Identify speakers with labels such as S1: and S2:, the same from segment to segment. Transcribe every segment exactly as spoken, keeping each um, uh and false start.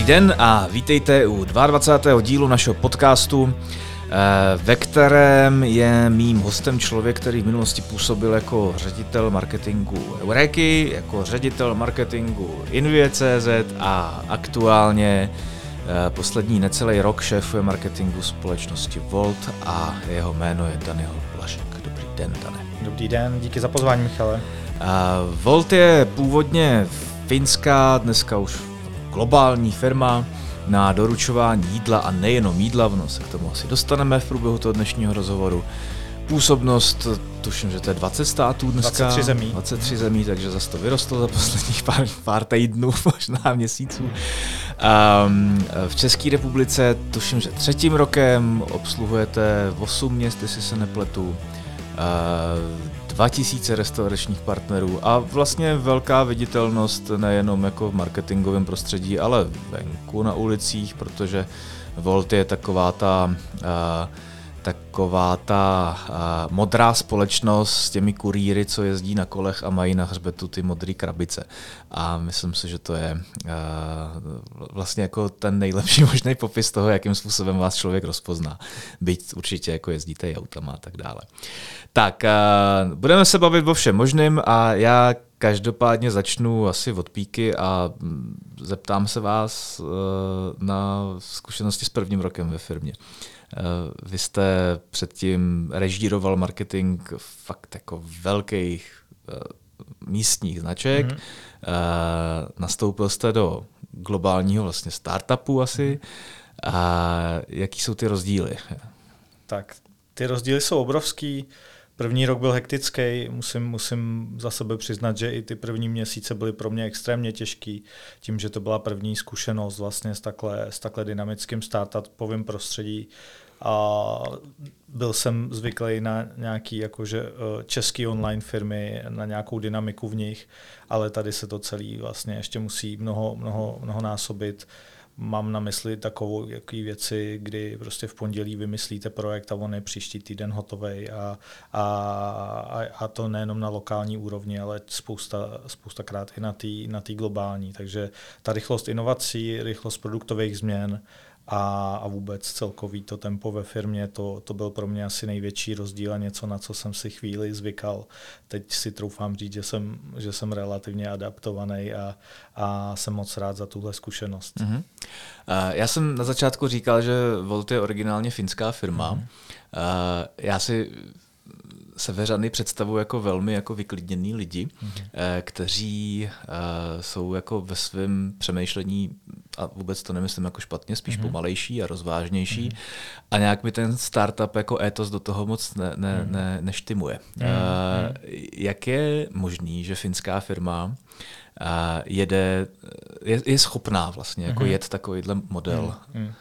S1: den a vítejte u dvacátého druhého dílu našeho podcastu, ve kterém je mým hostem člověk, který v minulosti působil jako ředitel marketingu Eureky, jako ředitel marketingu Invie tečka cé zet a aktuálně poslední necelý rok šéfuje marketingu společnosti Volt a jeho jméno je Daniel Blažek. Dobrý den, Dane.
S2: Dobrý den, díky za pozvání, Michale.
S1: Volt je původně finská, dneska už globální firma na doručování jídla a nejenom jídla, no se k tomu asi dostaneme v průběhu toho dnešního rozhovoru. Působnost, tuším, že to je dvacet států dneska.
S2: dvacet tři zemí.
S1: dvacet tři zemí, takže zase to vyrostlo za posledních pár, pár týdnů, možná měsíců. Um, v České republice, tuším, že třetím rokem obsluhujete osm měst, jestli se nepletu. Uh, dva tisíce restauračních partnerů a vlastně velká viditelnost nejenom jako v marketingovém prostředí, ale venku na ulicích, protože Volt je taková ta, uh, taková ta uh, modrá společnost s těmi kurýry, co jezdí na kolech a mají na hřbetu ty modré krabice. A myslím si, že to je uh, vlastně jako ten nejlepší možný popis toho, jakým způsobem vás člověk rozpozná. Byť určitě jako jezdíte i autama a tak dále. Tak, uh, budeme se bavit o všem možným a já každopádně začnu asi od píky a zeptám se vás uh, na zkušenosti s prvním rokem ve firmě. Uh, vy jste předtím režíroval marketing fakt jako velkých uh, místních značek. Mm-hmm. Uh, nastoupil jste do globálního vlastně startupu asi. Mm-hmm. A jaký jsou ty rozdíly?
S2: Tak, ty rozdíly jsou obrovský. První rok byl hektický, musím, musím za sebe přiznat, že i ty první měsíce byly pro mě extrémně těžký, tím, že to byla první zkušenost vlastně s takhle, s takhle dynamickým startupovým prostředí. A byl jsem zvyklý na nějaký jakože český online firmy, na nějakou dynamiku v nich, ale tady se to celý vlastně ještě musí mnoho, mnoho, mnoho násobit. Mám na mysli takovou jaký věci, kdy prostě v pondělí vymyslíte projekt a on je příští týden hotovej a, a, a to nejenom na lokální úrovni, ale spousta, spoustakrát i na té na té globální. Takže ta rychlost inovací, rychlost produktových změn a, a vůbec celkový to tempo ve firmě, to, to byl pro mě asi největší rozdíl a něco, na co jsem si chvíli zvykal. Teď si troufám říct, že jsem, že jsem relativně adaptovaný a, a jsem moc rád za tuhle zkušenost.
S1: Mm-hmm. Uh, já jsem na začátku říkal, že Volt je originálně finská firma. Mm-hmm. Uh, já si severany představuji jako velmi jako vyklidněný lidi, mm-hmm. kteří uh, jsou jako ve svém přemýšlení, a vůbec to nemyslím jako špatně, spíš mm-hmm. pomalejší a rozvážnější, mm-hmm. a nějak mi ten startup jako étos do toho moc ne, ne, mm-hmm. ne, neštimuje. Mm-hmm. Uh, jak je možný, že finská firma uh, jede, je, je schopná vlastně jako mm-hmm. jet takovýhle model?
S2: Mm-hmm.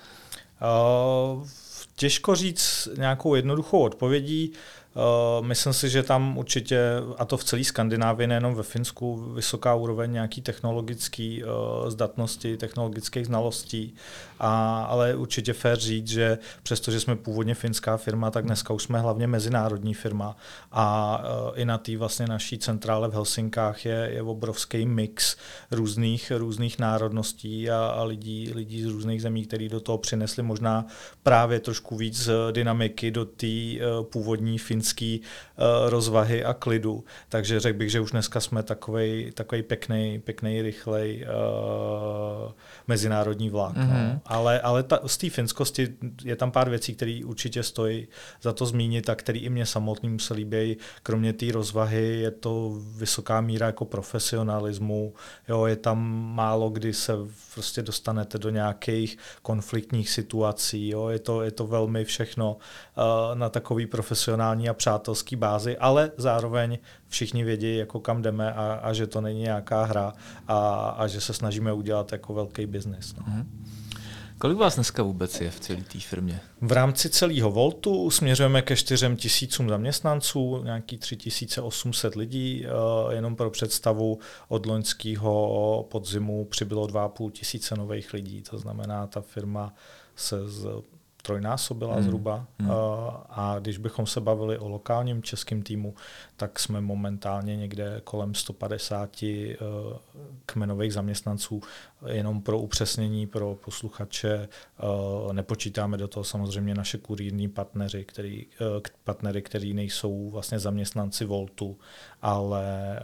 S2: Uh, těžko říct nějakou jednoduchou odpovědí. Uh, myslím si, že tam určitě, a to v celé Skandinávii, nejenom ve Finsku, vysoká úroveň nějaký technologické uh, zdatnosti, technologických znalostí, a, ale určitě fér říct, že přestože jsme původně finská firma, tak dneska už jsme hlavně mezinárodní firma a uh, i na té vlastně naší centrále v Helsinkách je, je obrovský mix různých, různých národností a, a lidí, lidí z různých zemí, kteří do toho přinesli možná právě trošku víc dynamiky do té uh, původní finské uh, rozvahy a klidu. Takže řekl bych, že už dneska jsme takovej, takovej pěknej, pěknej, rychlej uh, mezinárodní vlák. Mm-hmm. No. Ale, ale ta, z té finskosti je tam pár věcí, které určitě stojí za to zmínit a které i mě samotným se líbí. Kromě té rozvahy je to vysoká míra jako profesionalismu. Jo, je tam málo kdy se prostě dostanete do nějakých konfliktních situací. Jo. Je to, je to velmi všechno uh, na takový profesionální a přátelský bázi, ale zároveň všichni vědí, jako kam jdeme a, a že to není nějaká hra a, a že se snažíme udělat jako velký biznis. No.
S1: Mm-hmm. Kolik vás dneska vůbec je v celé té firmě?
S2: V rámci celého Voltu směřujeme ke čtyřem tisícům zaměstnanců, nějaký tři tisíce osm set lidí, uh, jenom pro představu od loňského podzimu přibylo dva a půl tisíce nových lidí, to znamená, ta firma se z trojnásobila hmm. zhruba. Hmm. A když bychom se bavili o lokálním českém týmu, tak jsme momentálně někde kolem sto padesát kmenových zaměstnanců. Jenom pro upřesnění pro posluchače, nepočítáme do toho samozřejmě naše kurýrní partneři, který, partnery, který nejsou vlastně zaměstnanci Voltu, ale,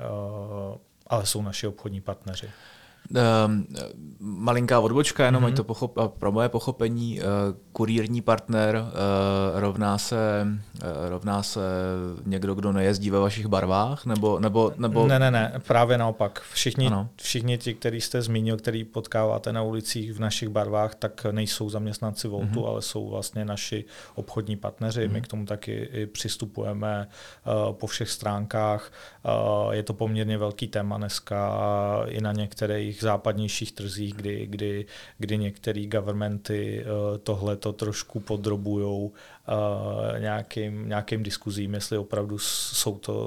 S2: ale jsou naši obchodní partneři.
S1: Um, malinká odbočka, jenom mm-hmm. to pochop, pro moje pochopení, uh, kurýrní partner uh, rovná se uh, rovná se někdo, kdo nejezdí ve vašich barvách, nebo nebo nebo
S2: ne ne ne, právě naopak. Všichni všichni ti, který jste zmínil, který potkáváte na ulicích v našich barvách, tak nejsou zaměstnanci Voltu, mm-hmm. ale jsou vlastně naši obchodní partneři. Mm-hmm. My k tomu taky i přistupujeme uh, po všech stránkách. Uh, je to poměrně velký téma dneska i na některých západnějších trzích, kdy, kdy, kdy některé governmenty uh, tohleto trošku podrobujou uh, nějakým, nějakým diskuzím, jestli opravdu jsou to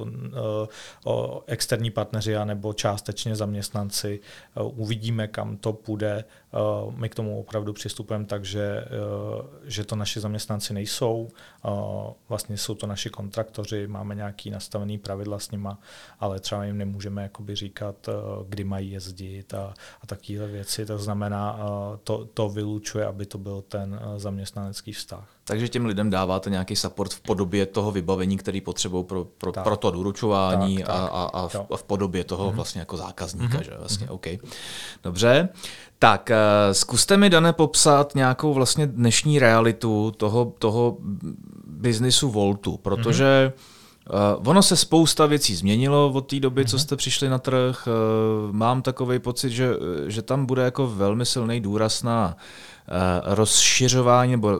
S2: uh, externí partneři anebo částečně zaměstnanci. Uh, uvidíme, kam to půjde. Uh, my k tomu opravdu přistupujeme tak, že, uh, že to naši zaměstnanci nejsou. Uh, vlastně jsou to naši kontraktoři, máme nějaký nastavený pravidla s nima, ale třeba jim nemůžeme jakoby říkat, uh, kdy mají jezdit a, a takové věci. To znamená, uh, to, to vylučuje, aby to byl ten uh, zaměstnanecký vztah.
S1: Takže těm lidem dáváte nějaký support v podobě toho vybavení, který potřebují pro, pro, pro to doručování tak, tak, a, a, a, v, a v podobě toho mm-hmm. vlastně jako zákazníka. Mm-hmm. Že? Vlastně, mm-hmm. okay. Dobře. Tak uh, zkuste mi, Dane, popsat nějakou vlastně dnešní realitu toho, toho biznisu Voltu, protože mm-hmm. uh, ono se spousta věcí změnilo od té doby, mm-hmm. co jste přišli na trh. Uh, mám takový pocit, že, že tam bude jako velmi silný důraz na uh, rozšiřování nebo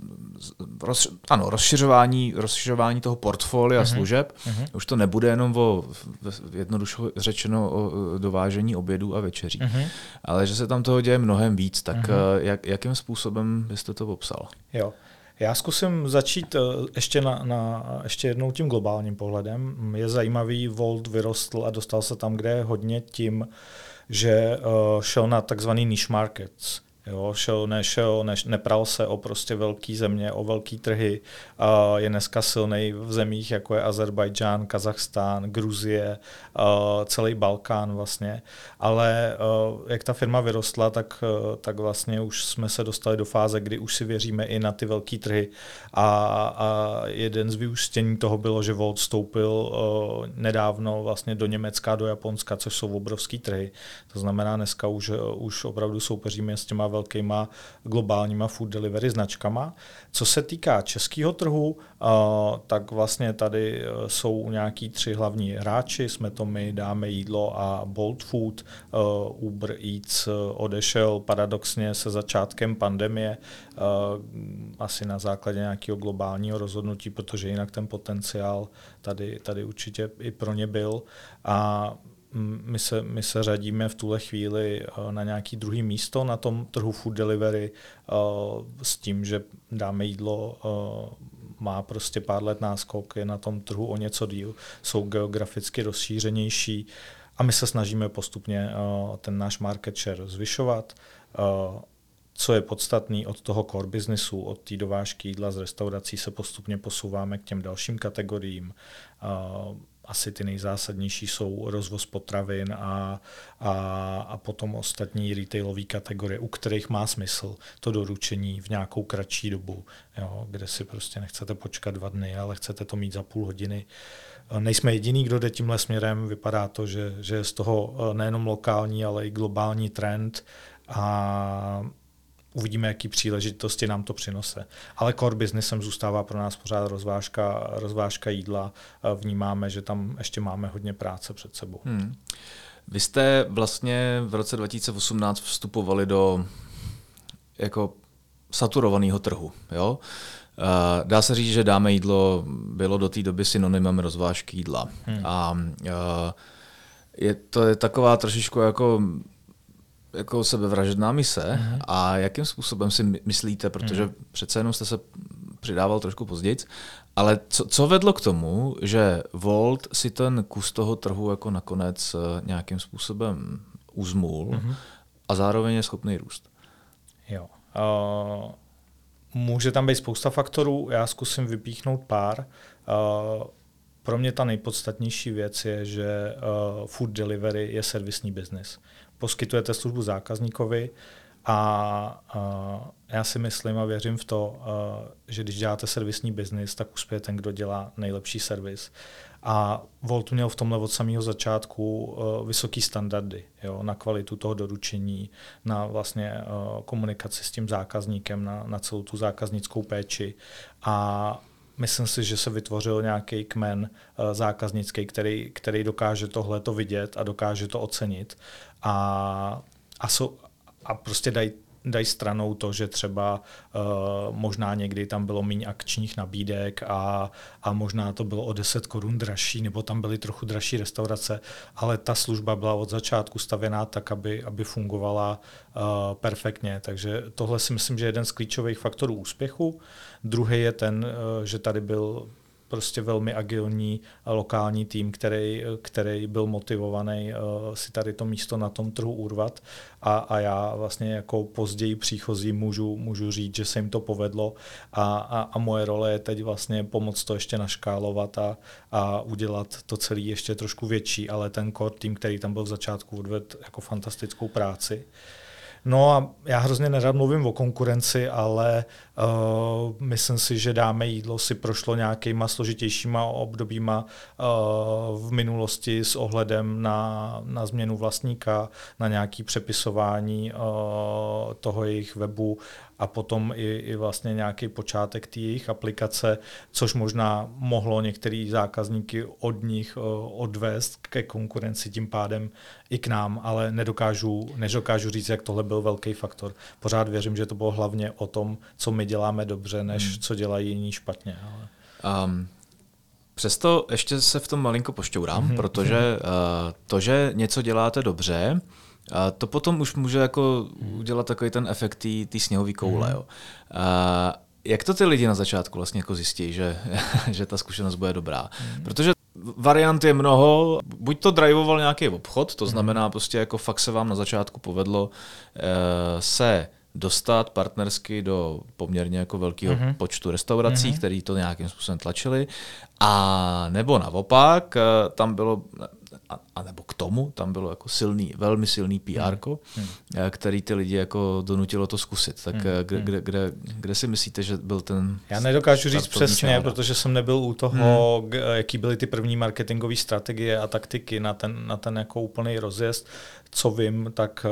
S1: Roz, ano, rozšiřování, rozšiřování toho portfolia uh-huh. služeb. Uh-huh. Už to nebude jenom o, jednoduše řečeno, o dovážení obědů a večeří, uh-huh. ale že se tam toho děje mnohem víc. Tak uh-huh. jak, jakým způsobem byste to popsal?
S2: Jo. Já zkusím začít ještě, na, na, ještě jednou tím globálním pohledem. Je zajímavý, Volt vyrostl a dostal se tam, kde je hodně tím, že uh, šel na takzvaný niche markets. Jo, šel, nešel, ne, nepral se o prostě velký země, o velký trhy. Uh, je dneska silnej v zemích, jako je Azerbajdžán, Kazachstán, Gruzie, uh, celý Balkán vlastně. Ale uh, jak ta firma vyrostla, tak, uh, tak vlastně už jsme se dostali do fáze, kdy už si věříme i na ty velký trhy. A, a jeden z vyústění toho bylo, že Volt vstoupil uh, nedávno vlastně do Německa, do Japonska, což jsou obrovský trhy. To znamená, dneska už, uh, už opravdu soupeříme s těma velkýma globálníma food delivery značkama. Co se týká českého trhu, tak vlastně tady jsou nějaký tři hlavní hráči. Jsme to my, Dáme jídlo a Bolt Food. Uber Eats odešel paradoxně se začátkem pandemie, asi na základě nějakého globálního rozhodnutí, protože jinak ten potenciál tady, tady určitě i pro ně byl. A My se, my se řadíme v tuhle chvíli na nějaký druhý místo na tom trhu food delivery s tím, že Dáme jídlo má prostě pár let náskok, je na tom trhu o něco díl, jsou geograficky rozšířenější a my se snažíme postupně ten náš market share zvyšovat. Co je podstatný, od toho core businessu, od té dovážky jídla z restaurací se postupně posouváme k těm dalším kategoriím. Asi ty nejzásadnější jsou rozvoz potravin a, a, a potom ostatní retailové kategorie, u kterých má smysl to doručení v nějakou kratší dobu, jo, kde si prostě nechcete počkat dva dny, ale chcete to mít za půl hodiny. Nejsme jediný, kdo jde tímhle směrem, vypadá to, že, že je z toho nejenom lokální, ale i globální trend a uvidíme, jaký příležitosti nám to přinese. Ale core businessem zůstává pro nás pořád rozvážka, rozvážka jídla. Vnímáme, že tam ještě máme hodně práce před sebou. Hmm.
S1: Vy jste vlastně v roce dva tisíce osmnáct vstupovali do jako saturovaného trhu. Jo? Dá se říct, že Dáme jídlo bylo do té doby synonymem rozvážky jídla. Hmm. A je to je taková trošičku jako jako sebevražedná mise. Mm-hmm. A jakým způsobem si myslíte, protože mm. přece jenom jste se přidával trošku později, ale co, co vedlo k tomu, že Volt si ten kus toho trhu jako nakonec nějakým způsobem uzmul mm-hmm. a zároveň je schopný růst?
S2: Jo. Uh, může tam být spousta faktorů, já zkusím vypíchnout pár. Uh, pro mě ta nejpodstatnější věc je, že uh, food delivery je servisní biznis. Poskytujete službu zákazníkovi a uh, já si myslím a věřím v to, uh, že když děláte servisní biznis, tak uspěje ten, kdo dělá nejlepší servis. A Volt měl v tomhle od samého začátku uh, vysoký standardy, jo, na kvalitu toho doručení, na vlastně uh, komunikaci s tím zákazníkem, na, na celou tu zákaznickou péči. A myslím si, že se vytvořil nějaký kmen uh, zákaznický, který, který dokáže tohle to vidět a dokáže to ocenit. A, a, so, a prostě dají daj stranou to, že třeba uh, možná někdy tam bylo méně akčních nabídek a, a možná to bylo o deset korun dražší, nebo tam byly trochu dražší restaurace, ale ta služba byla od začátku stavěná tak, aby, aby fungovala uh, perfektně. Takže tohle si myslím, že je jeden z klíčových faktorů úspěchu. Druhý je ten, uh, že tady byl prostě velmi agilní lokální tým, který, který byl motivovaný uh, si tady to místo na tom trhu urvat a, a já vlastně jako později příchozí můžu, můžu říct, že se jim to povedlo a, a, a moje role je teď vlastně pomoct to ještě naškálovat a, a udělat to celé ještě trošku větší, ale ten core tým, který tam byl v začátku, odvedl jako fantastickou práci. No a já hrozně nerad mluvím o konkurenci, ale uh, myslím si, že Dáme jídlo si prošlo nějakýma složitějšíma obdobíma uh, v minulosti s ohledem na, na změnu vlastníka, na nějaké přepisování uh, toho jejich webu a potom i, i vlastně nějaký počátek té jejich aplikace, což možná mohlo některý zákazníky od nich uh, odvést ke konkurenci, tím pádem i k nám, ale nedokážu, nedokážu říct, jak tohle byl velký faktor. Pořád věřím, že to bylo hlavně o tom, co my děláme dobře, než hmm. co dělají jiní špatně. Ale...
S1: Um, přesto ještě se v tom malinko pošťourám, hmm. protože uh, to, že něco děláte dobře, a to potom už může jako udělat takový ten efekt té sněhové koule. Mm. Jo. A jak to ty lidi na začátku vlastně jako zjistí, že, že ta zkušenost bude dobrá? Mm. Protože variant je mnoho, buď to drivoval nějaký obchod, to znamená prostě jako fakt se vám na začátku povedlo eh, se dostat partnersky do poměrně jako velkého mm-hmm. počtu restaurací, mm-hmm. který to nějakým způsobem tlačili, a nebo naopak, tam bylo, a, a nebo k tomu, tam bylo jako silný, velmi silný P R ko, mm. který ty lidi jako donutilo to zkusit. Tak mm. kde, kde, kde, kde si myslíte, že byl ten...
S2: Já nedokážu říct přesně, čára? Protože jsem nebyl u toho, mm. jaký byly ty první marketingové strategie a taktiky na ten, na ten jako úplný rozjezd. Co vím, tak...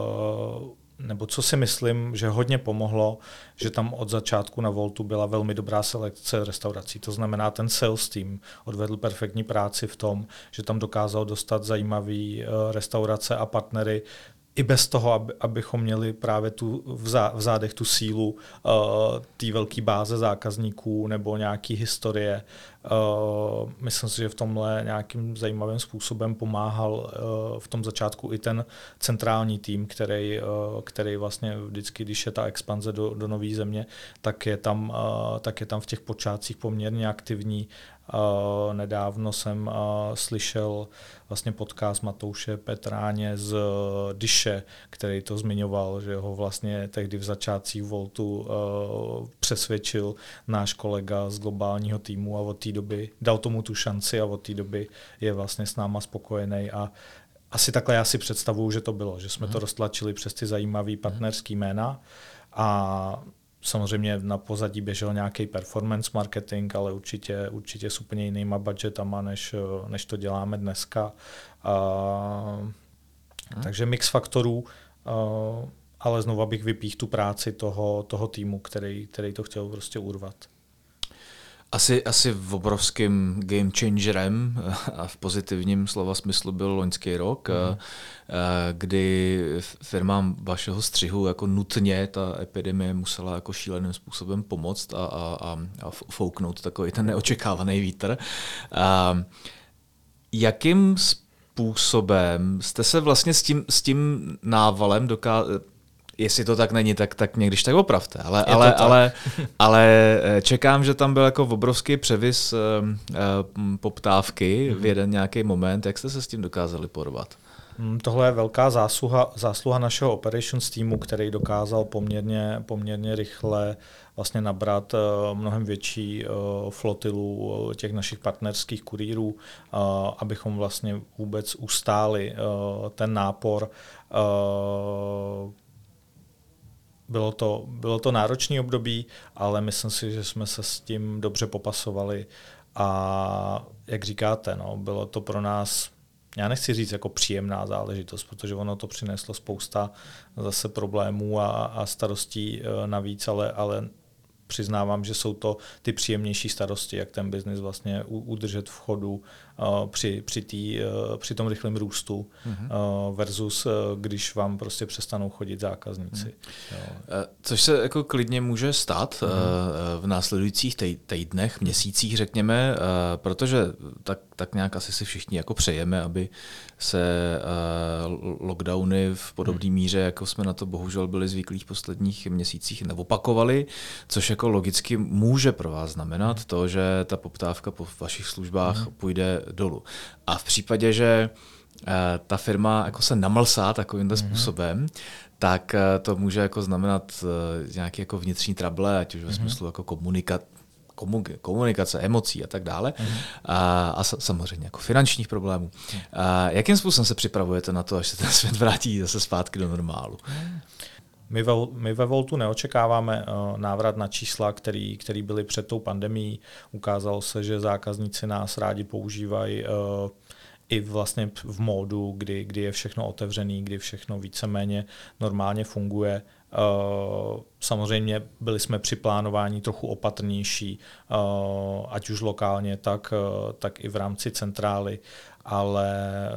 S2: nebo co si myslím, že hodně pomohlo, že tam od začátku na Voltu byla velmi dobrá selekce restaurací. To znamená, ten sales team odvedl perfektní práci v tom, že tam dokázal dostat zajímavý restaurace a partnery, i bez toho, aby, abychom měli právě tu v, zá, v zádech tu sílu uh, té velké báze zákazníků nebo nějaký historie. Uh, myslím si, že v tomhle nějakým zajímavým způsobem pomáhal uh, v tom začátku i ten centrální tým, který, uh, který vlastně vždycky, když je ta expanze do, do nové země, tak je, tam, uh, tak je tam v těch počátcích poměrně aktivní. Uh, nedávno jsem uh, slyšel vlastně podcast Matouše Petráně z uh, Dyše, který to zmiňoval, že ho vlastně tehdy v začátcích Voltu uh, přesvědčil náš kolega z globálního týmu a od té doby dal tomu tu šanci a od té doby je vlastně s náma spokojený a asi takhle já si představuju, že to bylo, že jsme mm. to roztlačili přes ty zajímavý partnerský jména a samozřejmě na pozadí běžel nějaký performance marketing, ale určitě, určitě s úplně jinýma budgetama, než, než to děláme dneska. Uh, hmm. Takže mix faktorů, uh, ale znovu bych vypíchl tu práci toho, toho týmu, který, který to chtěl prostě urvat.
S1: Asi, asi obrovským game changerem a v pozitivním slova smyslu byl loňský rok, mm. kdy firmám vašeho střihu jako nutně ta epidemie musela jako šíleným způsobem pomoct a, a, a fouknout takový ten neočekávaný vítr. A jakým způsobem jste se vlastně s tím, s tím návalem dokázali, jestli to tak není, tak, tak někdyž tak opravte. Ale, ale, ale, ale čekám, že tam byl jako obrovský převis uh, uh, poptávky mm-hmm. v jeden nějaký moment. Jak jste se s tím dokázali porvat?
S2: Tohle je velká zásluha, zásluha našeho operations týmu, který dokázal poměrně, poměrně rychle vlastně nabrat uh, mnohem větší uh, flotilu uh, těch našich partnerských kurýrů, uh, abychom vlastně vůbec ustáli uh, ten nápor. Uh, bylo to, bylo to náročné období, ale myslím si, že jsme se s tím dobře popasovali a jak říkáte, no, bylo to pro nás, já nechci říct jako příjemná záležitost, protože ono to přineslo spousta zase problémů a, a starostí navíc, ale, ale přiznávám, že jsou to ty příjemnější starosti, jak ten biznis vlastně udržet v chodu uh, při, při, tý, uh, při tom rychlém růstu mm-hmm. uh, versus uh, když vám prostě přestanou chodit zákazníci.
S1: Mm. Což se jako klidně může stát mm. uh, v následujících tej, týdnech, měsících, řekněme, uh, protože tak, tak nějak asi si všichni jako přejeme, aby se uh, lockdowny v podobné mm. míře, jako jsme na to bohužel byli zvyklí v posledních měsících, neopakovaly, což jako logicky může pro vás znamenat mm. to, že ta poptávka po vašich službách mm. půjde dolů. A v případě, že uh, ta firma jako se namlsá takovýmhle mm. způsobem, tak uh, to může jako znamenat uh, nějaké jako vnitřní trable, ať už ve mm. smyslu jako komunikace, komunikace, emocí a tak dále. Mm. A, a samozřejmě jako finančních problémů. Mm. A jakým způsobem se připravujete na to, až se ten svět vrátí zase zpátky do normálu? Mm.
S2: My ve, my ve Voltu neočekáváme uh, návrat na čísla, který, který byly před tou pandemií. Ukázalo se, že zákazníci nás rádi používají uh, i vlastně v módu, kdy, kdy je všechno otevřený, kdy všechno víceméně normálně funguje. Uh, samozřejmě byli jsme při plánování trochu opatrnější, uh, ať už lokálně, tak, uh, tak i v rámci centrály, ale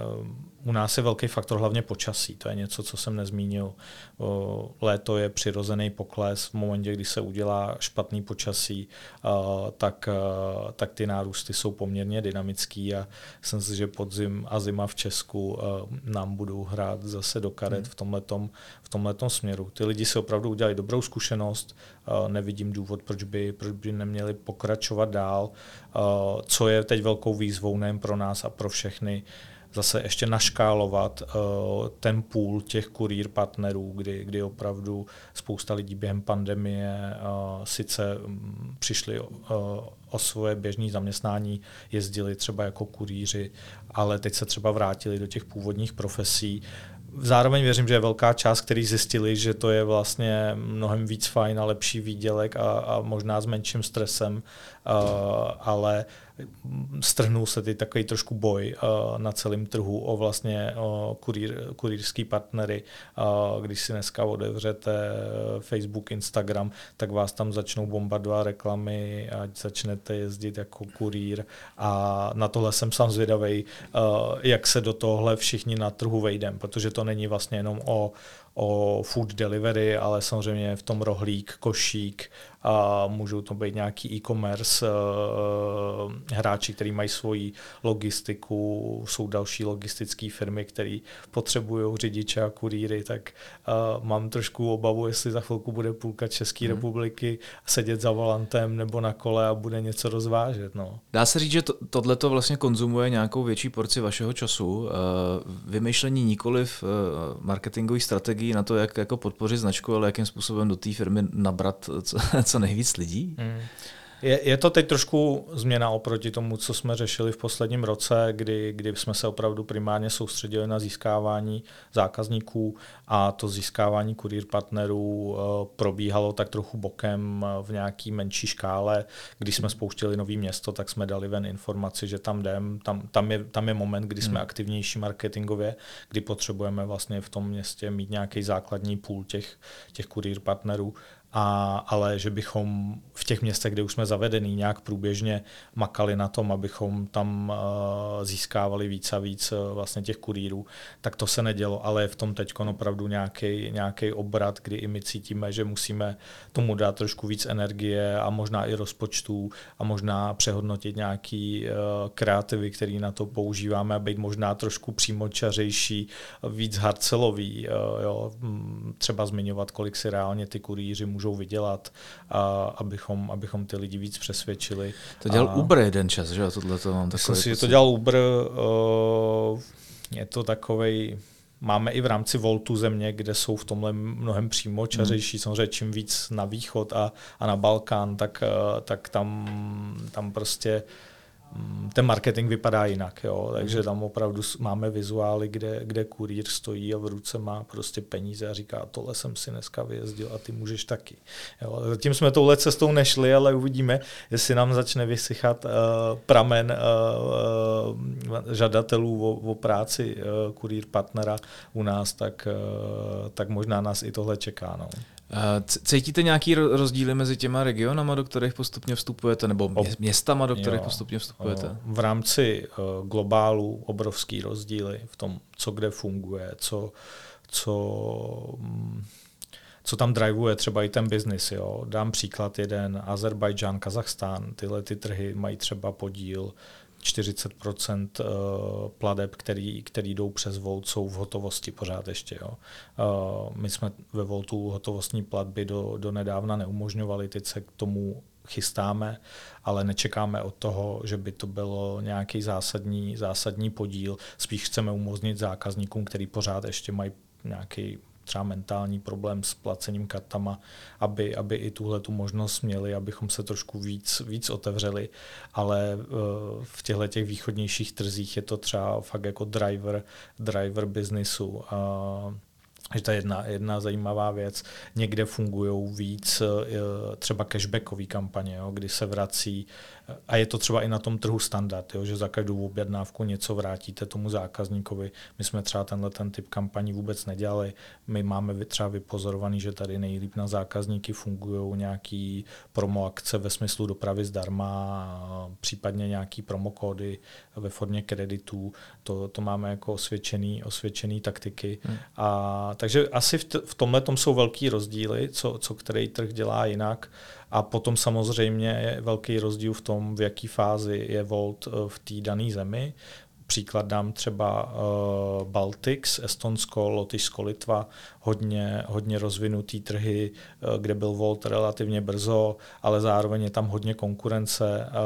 S2: u nás je velký faktor hlavně počasí. To je něco, co jsem nezmínil. Uh, léto je přirozený pokles. V momentě, kdy se udělá špatný počasí, uh, tak, uh, tak ty nárůsty jsou poměrně dynamický a myslím si, že podzim a zima v Česku uh, nám budou hrát zase do karet hmm. v tomhletom, v tomhletom směru. Ty lidi si opravdu udělali dobrou zkušenost, uh, nevidím důvod, proč by, proč by neměli pokračovat dál. Uh, co je teď velkou výzvou nejen pro nás a pro všechny, zase ještě naškálovat uh, ten půl těch kurýr partnerů, kdy, kdy opravdu spousta lidí během pandemie uh, sice um, přišli uh, o svoje běžné zaměstnání, jezdili třeba jako kurýři, ale teď se třeba vrátili do těch původních profesí. Zároveň věřím, že je velká část, který zjistili, že to je vlastně mnohem víc fajn a lepší výdělek a, a možná s menším stresem, uh, ale strhnul se teď takový trošku boj uh, na celém trhu o vlastně uh, kurýr, kurýrský partnery. Uh, když si dneska otevřete Facebook, Instagram, tak vás tam začnou bombardovat reklamy, ať začnete jezdit jako kurýr a na tohle jsem sám zvědavej, uh, jak se do tohle všichni na trhu vejdem, protože to není vlastně jenom o o food delivery, ale samozřejmě v tom rohlík, košík a můžou to být nějaký e-commerce uh, hráči, kteří mají svoji logistiku, jsou další logistické firmy, které potřebují řidiče a kurýry, tak uh, mám trošku obavu, jestli za chvilku bude půlka České hmm. republiky sedět za volantem nebo na kole a bude něco rozvážet. No.
S1: Dá se říct, že to, tohleto vlastně konzumuje nějakou větší porci vašeho času. Uh, vymýšlení nikoliv uh, marketingových strategií na to, jak jako podpořit značku, ale jakým způsobem do té firmy nabrat co, co nejvíc lidí?
S2: Hmm. Je, je to teď trošku změna oproti tomu, co jsme řešili v posledním roce, kdy, kdy jsme se opravdu primárně soustředili na získávání zákazníků a to získávání kurýr partnerů probíhalo tak trochu bokem v nějaký menší škále. Když jsme spouštěli nový město, tak jsme dali ven informaci, že tam jdem, tam, tam, je, tam je moment, kdy jsme hmm. aktivnější marketingově, kdy potřebujeme vlastně v tom městě mít nějaký základní půl těch, těch kurýr partnerů. A, ale že bychom v těch městech, kde už jsme zavedení, nějak průběžně makali na tom, abychom tam uh, získávali víc a víc uh, vlastně těch kurýrů, tak to se nedělo, ale je v tom teď opravdu nějaký, nějaký obrat, kdy i my cítíme, že musíme tomu dát trošku víc energie a možná i rozpočtů a možná přehodnotit nějaký uh, kreativy, který na to používáme a být možná trošku přímočařejší, víc hardcelový, uh, jo, třeba zmiňovat, kolik si reálně ty kurýři můžou vydělat, a abychom, abychom ty lidi víc přesvědčili.
S1: To dělal
S2: a
S1: Uber jeden čas, že jo? Tohle to mám
S2: myslím si, že to dělal Uber uh, je to takovej, máme i v rámci Voltu země, kde jsou v tomhle mnohem přímočařejší, hmm. samozřejmě čím víc na východ a, a na Balkán, tak, tak tam, tam prostě ten marketing vypadá jinak, jo. Takže tam opravdu máme vizuály, kde, kde kurýr stojí a v ruce má prostě peníze a říká, tohle jsem si dneska vyjezdil a ty můžeš taky. Jo. Zatím jsme touhle cestou nešli, ale uvidíme, jestli nám začne vysychat uh, pramen uh, uh, žadatelů o, o práci uh, kurýr partnera u nás, tak, uh, tak možná nás i tohle čeká. No.
S1: Cítíte nějaký rozdíly mezi těma regionama, do kterých postupně vstupujete, nebo městama, do kterých jo, postupně vstupujete?
S2: V rámci uh, globálu obrovský rozdíly v tom, co kde funguje, co, co, co tam drivuje třeba i ten biznis. Jo. Dám příklad jeden, Azerbajdžán, Kazachstán, tyhle ty trhy mají třeba podíl čtyřicet procent plateb, který, který jdou přes Volt, jsou v hotovosti pořád ještě. Jo. My jsme ve Voltu hotovostní platby do, do nedávna neumožňovali, teď se k tomu chystáme, ale nečekáme od toho, že by to bylo nějaký zásadní, zásadní podíl. Spíš chceme umožnit zákazníkům, který pořád ještě mají nějaký třeba mentální problém s placením kartama, aby, aby i tuhle tu možnost měli, abychom se trošku víc, víc otevřeli, ale uh, v těchto těch východnějších trzích je to třeba fakt jako driver, driver businessu. Uh, že to je jedna, jedna zajímavá věc. Někde fungují víc třeba cashbackové kampaně, jo, kdy se vrací, a je to třeba i na tom trhu standard, jo, že za každou objednávku něco vrátíte tomu zákazníkovi. My jsme třeba tenhle ten typ kampaní vůbec nedělali. My máme třeba vypozorovaný, že tady nejlíp na zákazníky fungují nějaký promo akce ve smyslu dopravy zdarma, případně nějaký promokódy ve formě kreditů. To, to máme jako osvědčený, osvědčený taktiky. Hmm. A takže asi v, t- v tomhle tom jsou velký rozdíly, co, co který trh dělá jinak. A potom samozřejmě je velký rozdíl v tom, v jaký fázi je Volt v té dané zemi. Příklad dám třeba uh, Baltics, Estonsko, Lotyšsko, Litva, hodně, hodně rozvinutý trhy, uh, kde byl Volt relativně brzo, ale zároveň je tam hodně konkurence uh,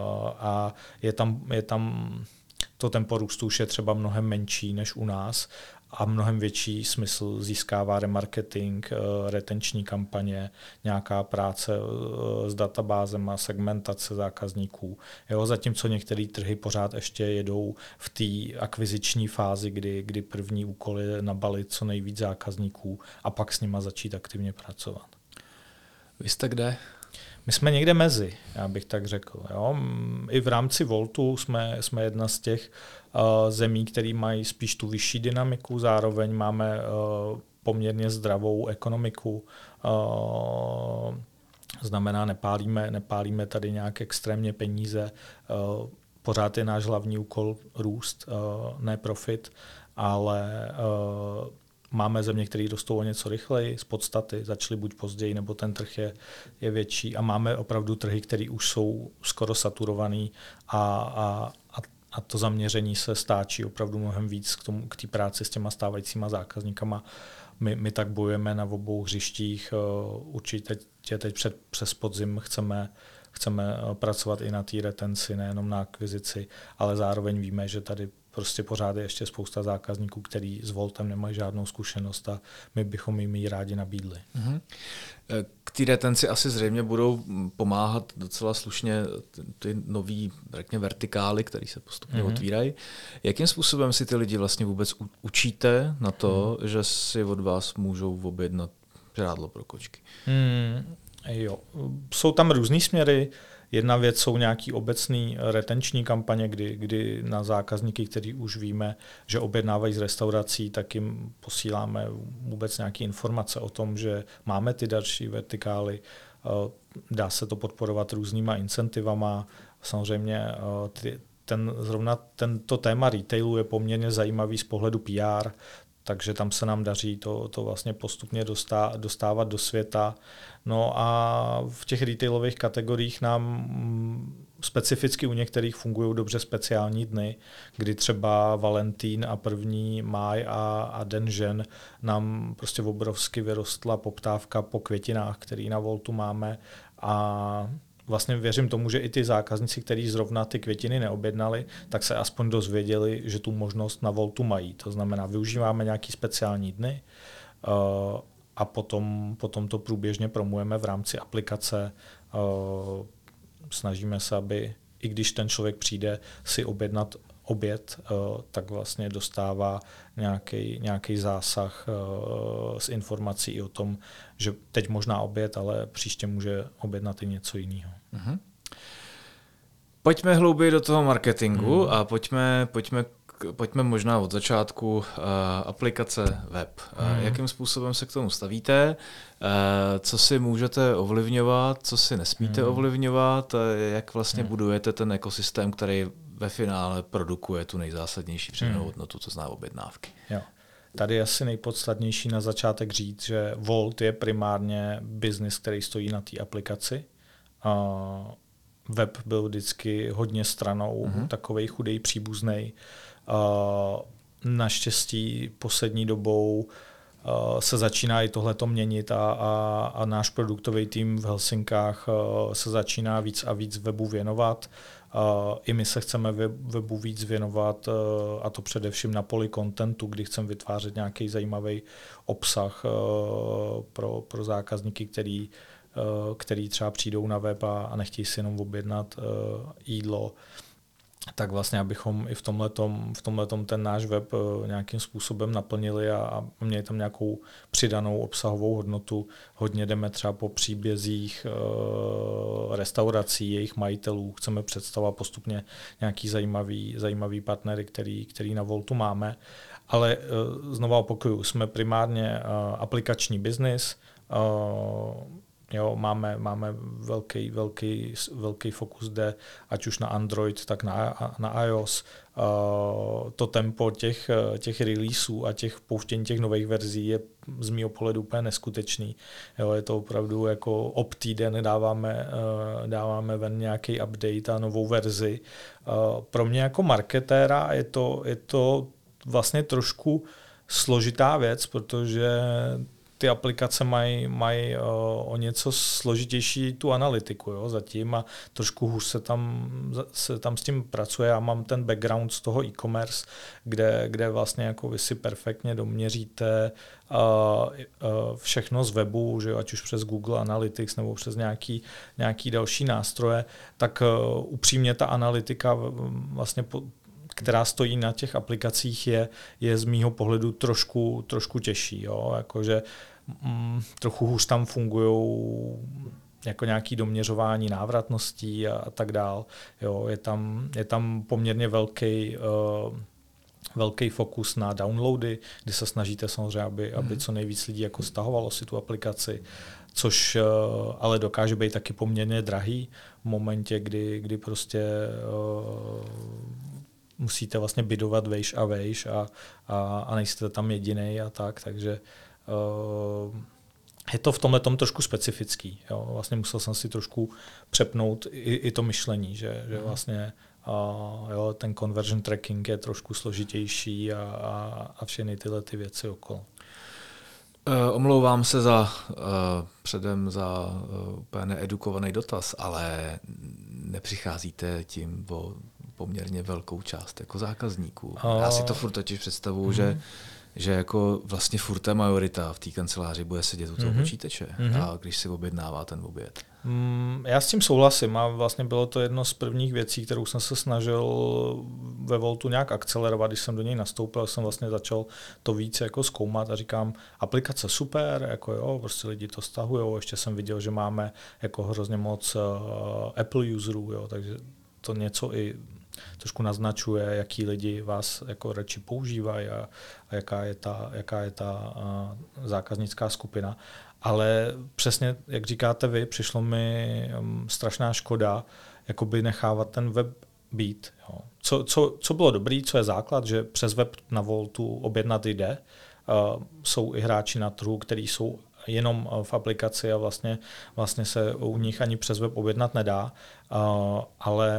S2: a je tam, je tam to tempo růstu už je třeba mnohem menší než u nás a mnohem větší smysl získává remarketing, retenční kampaně, nějaká práce s databázema, segmentace zákazníků. Jo, zatímco některé trhy pořád ještě jedou v té akviziční fázi, kdy, kdy první úkol je nabalit co nejvíc zákazníků a pak s nima začít aktivně pracovat.
S1: Vy jste kde?
S2: My jsme někde mezi, já bych tak řekl. Jo. I v rámci Voltu jsme, jsme jedna z těch uh, zemí, které mají spíš tu vyšší dynamiku, zároveň máme uh, poměrně zdravou ekonomiku, uh, znamená nepálíme, nepálíme tady nějak extrémně peníze, uh, pořád je náš hlavní úkol růst, uh, ne profit, ale uh, máme země, které rostou o něco rychleji, z podstaty, začaly buď později, nebo ten trh je, je větší a máme opravdu trhy, které už jsou skoro saturovaný a, a, a to zaměření se stáčí opravdu mnohem víc k tomu, k té práci s těma stávajícíma zákazníkama. My, my tak bojujeme na obou hřištích, určitě teď, teď před, přes podzim chceme Chceme pracovat i na té retenci, nejenom na akvizici, ale zároveň víme, že tady prostě pořád je ještě spousta zákazníků, který s Voltem nemají žádnou zkušenost a my bychom jim ji rádi nabídli. Mm-hmm.
S1: K té retenci asi zřejmě budou pomáhat docela slušně ty nový, řekněme, vertikály, které se postupně mm-hmm. otvírají. Jakým způsobem si ty lidi vlastně vůbec učíte na to, mm. že si od vás můžou objednat žrádlo pro kočky? Mm.
S2: Jo. Jsou tam různý směry. Jedna věc jsou nějaký obecný retenční kampaně, kdy, kdy na zákazníky, který už víme, že objednávají z restaurací, tak jim posíláme vůbec nějaké informace o tom, že máme ty další vertikály. Dá se to podporovat různýma incentivama. Samozřejmě ty, ten, zrovna tento téma retailu je poměrně zajímavý z pohledu P R, takže tam se nám daří to, to vlastně postupně dostá, dostávat do světa. No a v těch retailových kategoriích nám specificky u některých fungují dobře speciální dny, kdy třeba Valentín a první máj a, a Den žen nám prostě obrovsky vyrostla poptávka po květinách, který na Voltu máme a vlastně věřím tomu, že i ty zákazníci, kteří zrovna ty květiny neobjednali, tak se aspoň dozvěděli, že tu možnost na Voltu mají. To znamená, využíváme nějaký speciální dny uh, a potom, potom to průběžně promujeme v rámci aplikace. Uh, snažíme se, aby i když ten člověk přijde si objednat oběd, uh, tak vlastně dostává nějaký, nějaký zásah uh, s informací i o tom, že teď možná oběd, ale příště může objednat i něco jiného.
S1: Mm-hmm. Pojďme hlouběji do toho marketingu mm. a pojďme, pojďme, pojďme možná od začátku uh, aplikace web. Mm. Uh, jakým způsobem se k tomu stavíte? Uh, co si můžete ovlivňovat, co si nesmíte mm. ovlivňovat? Uh, jak vlastně mm. budujete ten ekosystém, který ve finále produkuje tu nejzásadnější přidanou hodnotu, to znamená objednávky.
S2: Jo. Tady je asi nejpodstatnější na začátek říct, že Volt je primárně biznis, který stojí na té aplikaci. Uh, web byl vždycky hodně stranou, uh-huh. takovej chudej příbuznej. Uh, naštěstí poslední dobou uh, se začíná i tohleto měnit a, a, a náš produktový tým v Helsinkách uh, se začíná víc a víc webu věnovat. Uh, I my se chceme webu víc věnovat, uh, a to především na poli contentu, kdy chceme vytvářet nějaký zajímavý obsah uh, pro, pro zákazníky, který, uh, který třeba přijdou na web a, a nechtějí si jenom objednat uh, jídlo. Tak vlastně, abychom i v tomhletom, v tomhletom ten náš web nějakým způsobem naplnili a, a měli tam nějakou přidanou obsahovou hodnotu. Hodně jdeme třeba po příbězích e, restaurací, jejich majitelů. Chceme představovat postupně nějaký zajímavý, zajímavý partnery, který, který na Voltu máme. Ale e, znova opakuju, jsme primárně e, aplikační biznis. E, Jo, máme, máme velký, velký, velký fokus jde ať už na Android, tak na, na iOS. Uh, to tempo těch, těch releaseů a těch pouštění těch nových verzí je z mýho pohledu úplně neskutečný. Jo, je to opravdu jako ob týden dáváme, uh, dáváme ven nějaký update a novou verzi. Uh, pro mě jako marketéra je to, je to vlastně trošku složitá věc, protože ty aplikace mají, mají uh, o něco složitější tu analytiku, jo, zatím a trošku hůř se tam, se tam s tím pracuje. Já mám ten background z toho e-commerce, kde, kde vlastně jako vy si perfektně doměříte uh, uh, všechno z webu, že jo, ať už přes Google Analytics nebo přes nějaký, nějaký další nástroje, tak uh, upřímně ta analytika vlastně po, která stojí na těch aplikacích, je, je z mýho pohledu trošku, trošku těžší. Jo? Jakože, mm, trochu hůř tam fungují jako nějaké doměřování návratností a, a tak dál. Jo? Je tam, je tam poměrně velký, uh, velký fokus na downloady, kdy se snažíte samozřejmě, aby, aby co nejvíc lidí jako stahovalo si tu aplikaci, což uh, ale dokáže být taky poměrně drahý v momentě, kdy, kdy prostě uh, musíte vlastně bidovat vejš a vejš a, a, a nejste tam jedinej a tak, takže uh, je to v tomhletom trošku specifický. Jo. Vlastně musel jsem si trošku přepnout i, i to myšlení, že, že vlastně uh, jo, ten conversion tracking je trošku složitější a, a, a všechny tyhle ty věci okolo.
S1: Uh, omlouvám se za uh, předem za uh, úplně needukovaný dotaz, ale nepřicházíte tím o poměrně velkou část jako zákazníků. Uh, Já si to furt totiž představuju, uh-huh. že, že jako vlastně furt ta majorita v té kanceláři bude sedět u toho uh-huh. počítače, uh-huh. a když si objednává ten oběd.
S2: Mm, já s tím souhlasím a vlastně bylo to jedno z prvních věcí, kterou jsem se snažil ve Voltu nějak akcelerovat, když jsem do něj nastoupil, jsem vlastně začal to víc jako zkoumat a říkám, aplikace super, jako jo, prostě lidi to stahujou, ještě jsem viděl, že máme jako hrozně moc uh, Apple userů, jo, takže to něco i trošku naznačuje, jaký lidi vás jako radši používají a, a jaká je ta, jaká je ta uh, zákaznická skupina. Ale přesně, jak říkáte vy, přišlo mi um, strašná škoda jakoby nechávat ten web být. Jo. Co, co, co bylo dobrý, co je základ, že přes web na Voltu objednat jde. Uh, jsou i hráči na trhu, kteří jsou jenom v aplikaci a vlastně, vlastně se u nich ani přes web objednat nedá, uh, ale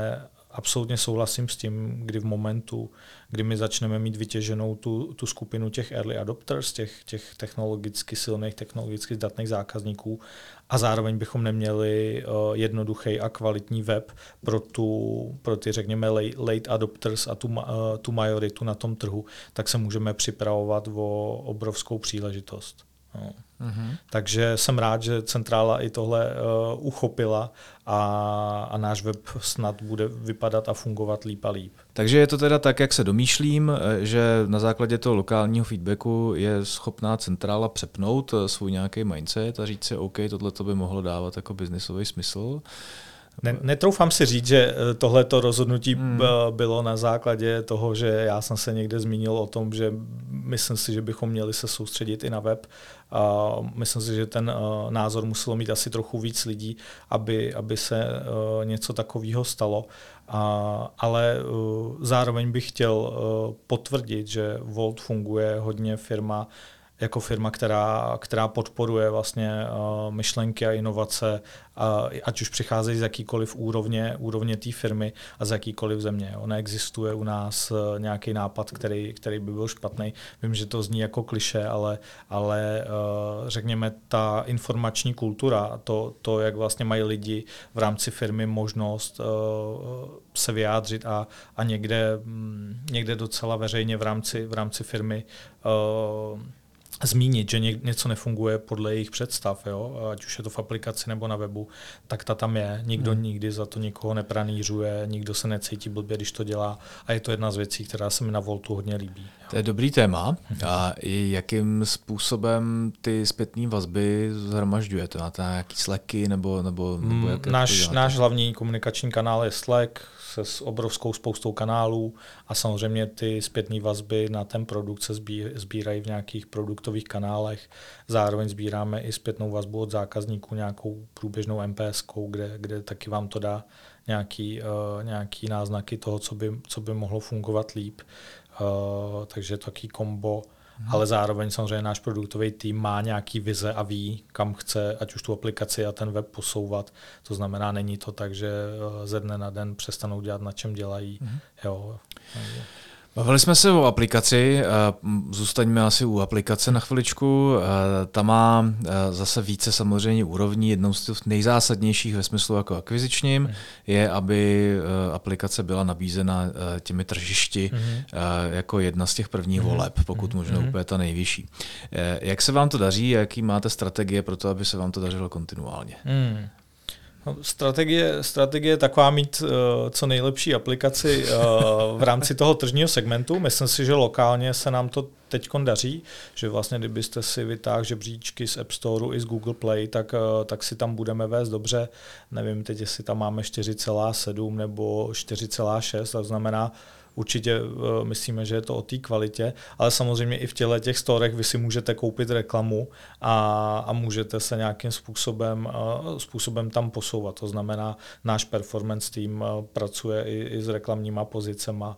S2: absolutně souhlasím s tím, kdy v momentu, kdy my začneme mít vytěženou tu, tu skupinu těch early adopters, těch, těch technologicky silných, technologicky zdatných zákazníků a zároveň bychom neměli uh, jednoduchý a kvalitní web pro, tu, pro ty, řekněme, late, late adopters a tu, uh, tu majoritu na tom trhu, tak se můžeme připravovat o obrovskou příležitost. No. Mm-hmm. Takže jsem rád, že centrála i tohle uh, uchopila a, a náš web snad bude vypadat a fungovat líp a líp.
S1: Takže je to teda tak, jak se domýšlím, že na základě toho lokálního feedbacku je schopná centrála přepnout svůj nějaký mindset a říct si, OK, tohle to by mohlo dávat jako biznisový smysl.
S2: Ne, netroufám si říct, že tohleto rozhodnutí hmm. bylo na základě toho, že já jsem se někde zmínil o tom, že myslím si, že bychom měli se soustředit i na web. A myslím si, že ten názor muselo mít asi trochu víc lidí, aby, aby se něco takového stalo. A, ale zároveň bych chtěl potvrdit, že Volt funguje hodně firma, jako firma, která, která podporuje vlastně uh, myšlenky a inovace, uh, ať už přicházejí z jakýkoliv úrovně, úrovně té firmy a z jakýkoliv země. Jo. Neexistuje u nás uh, nějaký nápad, který, který by byl špatný. Vím, že to zní jako klišé, ale, ale uh, řekněme, ta informační kultura, to, to, jak vlastně mají lidi v rámci firmy možnost uh, se vyjádřit a, a někde, mm, někde docela veřejně v rámci, v rámci firmy uh, zmínit, že něco nefunguje podle jejich představ, jo? Ať už je to v aplikaci nebo na webu, tak ta tam je. Nikdo hmm. nikdy za to nikoho nepranířuje, nikdo se necítí blbě, když to dělá a je to jedna z věcí, která se mi na Voltu hodně líbí. Jo?
S1: To je dobrý téma. A jakým způsobem ty zpětné vazby zhromažďujete? Máte nějaký Slacky nebo, nebo, nebo jak
S2: náš, náš hlavní komunikační kanál je Slack se s obrovskou spoustou kanálů a samozřejmě ty zpětné vazby na ten produkt se sbírají v nějakých produktových kanálech. Zároveň sbíráme i zpětnou vazbu od zákazníků nějakou průběžnou em pé eskou, kde, kde taky vám to dá nějaký, uh, nějaký náznaky toho, co by, co by mohlo fungovat líp. Uh, takže taky kombo. Hmm. Ale zároveň samozřejmě náš produktový tým má nějaký vize a ví, kam chce, ať už tu aplikaci a ten web posouvat. To znamená, není to tak, že ze dne na den přestanou dělat, na čem dělají. Hmm. Jo.
S1: Bavili jsme se o aplikaci, zůstaňme asi u aplikace na chviličku. Ta má zase více samozřejmě úrovní. Jednou z těch nejzásadnějších ve smyslu jako akvizičním mm. je, aby aplikace byla nabízena těmi tržišti mm. jako jedna z těch prvních mm. voleb, pokud mm. možno mm. úplně ta nejvyšší. Jak se vám to daří, jaký máte strategie pro to, aby se vám to dařilo kontinuálně?
S2: Mm. No, strategie, strategie je taková mít uh, co nejlepší aplikaci uh, v rámci toho tržního segmentu. Myslím si, že lokálně se nám to teď daří, že vlastně kdybyste si vytáhli žebříčky z App Store i z Google Play, tak, uh, tak si tam budeme vést dobře. Nevím teď, jestli tam máme čtyři celá sedm nebo čtyři celá šest, to znamená, určitě uh, myslíme, že je to o té kvalitě, ale samozřejmě i v těchto těch storech vy si můžete koupit reklamu a, a můžete se nějakým způsobem, uh, způsobem tam posouvat. To znamená, náš performance team uh, pracuje i, i s reklamníma pozicema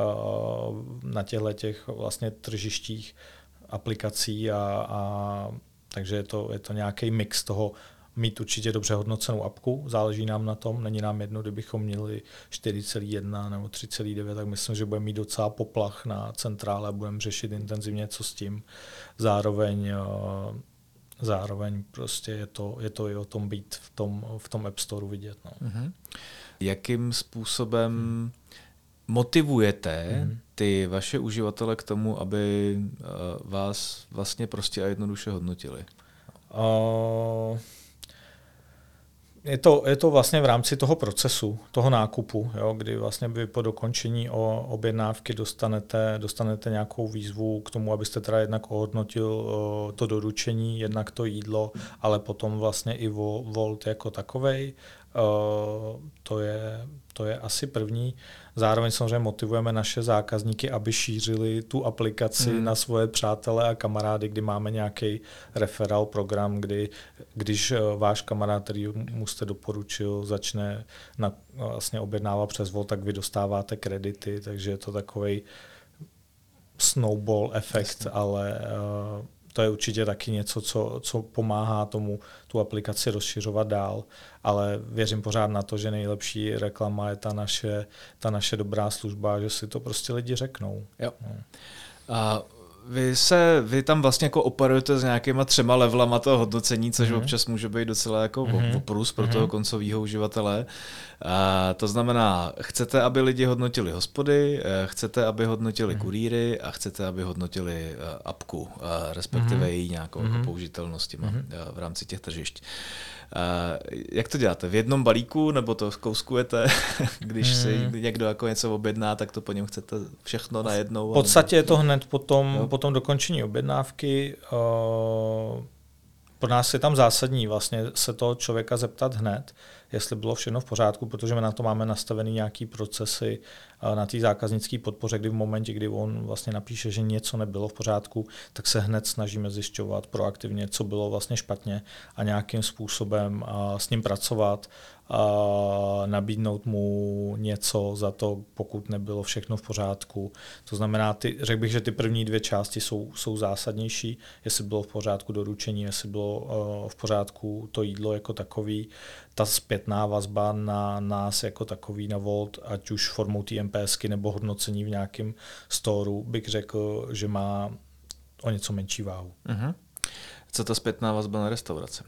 S2: uh, na těchto těch vlastně tržištích aplikací a, a takže je to, je to nějaký mix toho, mít určitě dobře hodnocenou apku, záleží nám na tom, není nám jedno, kdybychom měli čtyři celá jedna nebo tři celá devět, tak myslím, že budeme mít docela poplach na centrále a budeme řešit intenzivně, co s tím. Zároveň, zároveň prostě je to, je to i o tom být v tom, v tom App Storeu vidět. No.
S1: Mm-hmm. Jakým způsobem hmm. motivujete hmm. ty vaše uživatele k tomu, aby vás vlastně prostě a jednoduše hodnotili?
S2: Uh... Je to, je to vlastně v rámci toho procesu, toho nákupu, jo, kdy vlastně vy po dokončení o objednávky dostanete, dostanete nějakou výzvu k tomu, abyste teda jednak ohodnotil o, to doručení, jednak to jídlo, ale potom vlastně i vo, Volt jako takovej. O, to je, to je asi první. Zároveň samozřejmě motivujeme naše zákazníky, aby šířili tu aplikaci hmm. na svoje přátele a kamarády, kdy máme nějaký referral program, kdy když váš kamarád, který mu jste doporučil, začne na, vlastně objednávat přes Volt, tak vy dostáváte kredity, takže je to takový snowball efekt, ale uh, to je určitě taky něco, co, co pomáhá tomu tu aplikaci rozšiřovat dál, ale věřím pořád na to, že nejlepší reklama je ta naše, ta naše dobrá služba, že si to prostě lidi řeknou.
S1: Jo. No. A vy se, vy tam vlastně jako operujete s nějakýma třema levelama toho hodnocení, což mm-hmm. občas může být docela jako mm-hmm. oprus pro toho koncového uživatele. A to znamená, chcete, aby lidi hodnotili hospody, chcete, aby hodnotili mm-hmm. kurýry a chcete, aby hodnotili apku, respektive mm-hmm. její nějakou mm-hmm. jako použitelnosti mm-hmm. v rámci těch tržišť. Uh, jak to děláte? V jednom balíku, nebo to zkouskujete? Když hmm. si někdo jako něco objedná, tak to po něm chcete všechno najednou?
S2: V podstatě je to hned po tom, po tom dokončení objednávky. Uh, pro nás je tam zásadní vlastně se toho člověka zeptat hned, jestli bylo všechno v pořádku, protože my na to máme nastavený nějaký procesy na té zákaznické podpoře, kdy v momentě, kdy on vlastně napíše, že něco nebylo v pořádku, tak se hned snažíme zjišťovat proaktivně, co bylo vlastně špatně a nějakým způsobem s ním pracovat, a nabídnout mu něco za to, pokud nebylo všechno v pořádku. To znamená, ty, řekl bych, že ty první dvě části jsou, jsou zásadnější, jestli bylo v pořádku doručení, jestli bylo uh, v pořádku to jídlo jako takový, ta zpětná vazba na nás jako takový, na Wolt, ať už formou té MPSky nebo hodnocení v nějakém storu, bych řekl, že má o něco menší váhu.
S1: Uh-huh. Co ta zpětná vazba na restaurace?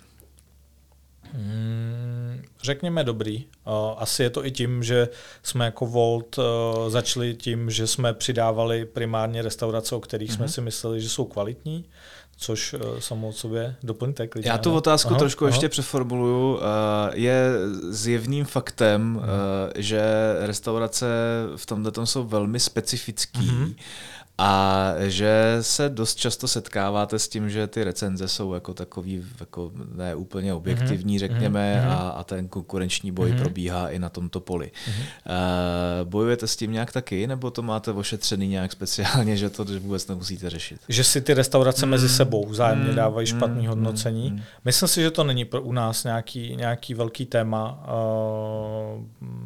S2: Hmm, řekněme dobrý. Uh, asi je to i tím, že jsme jako Wolt uh, začali tím, že jsme přidávali primárně restaurace, o kterých mm-hmm. jsme si mysleli, že jsou kvalitní, což uh, samo od sobě doplňte. Klidně.
S1: Já tu otázku aha, trošku aha. ještě přeformuluju. Uh, je zjevným faktem, uh, že restaurace v tomto jsou velmi specifický, mm-hmm. a že se dost často setkáváte s tím, že ty recenze jsou jako takový jako ne úplně objektivní, řekněme, mm-hmm. a, a ten konkurenční boj mm-hmm. probíhá i na tomto poli. Mm-hmm. Uh, bojujete s tím nějak taky, nebo to máte ošetřený nějak speciálně, že to vůbec nemusíte řešit?
S2: Že si ty restaurace mm-hmm. mezi sebou vzájemně mm-hmm. dávají špatné mm-hmm. hodnocení. Mm-hmm. Myslím si, že to není pro u nás nějaký, nějaký velký téma. Uh,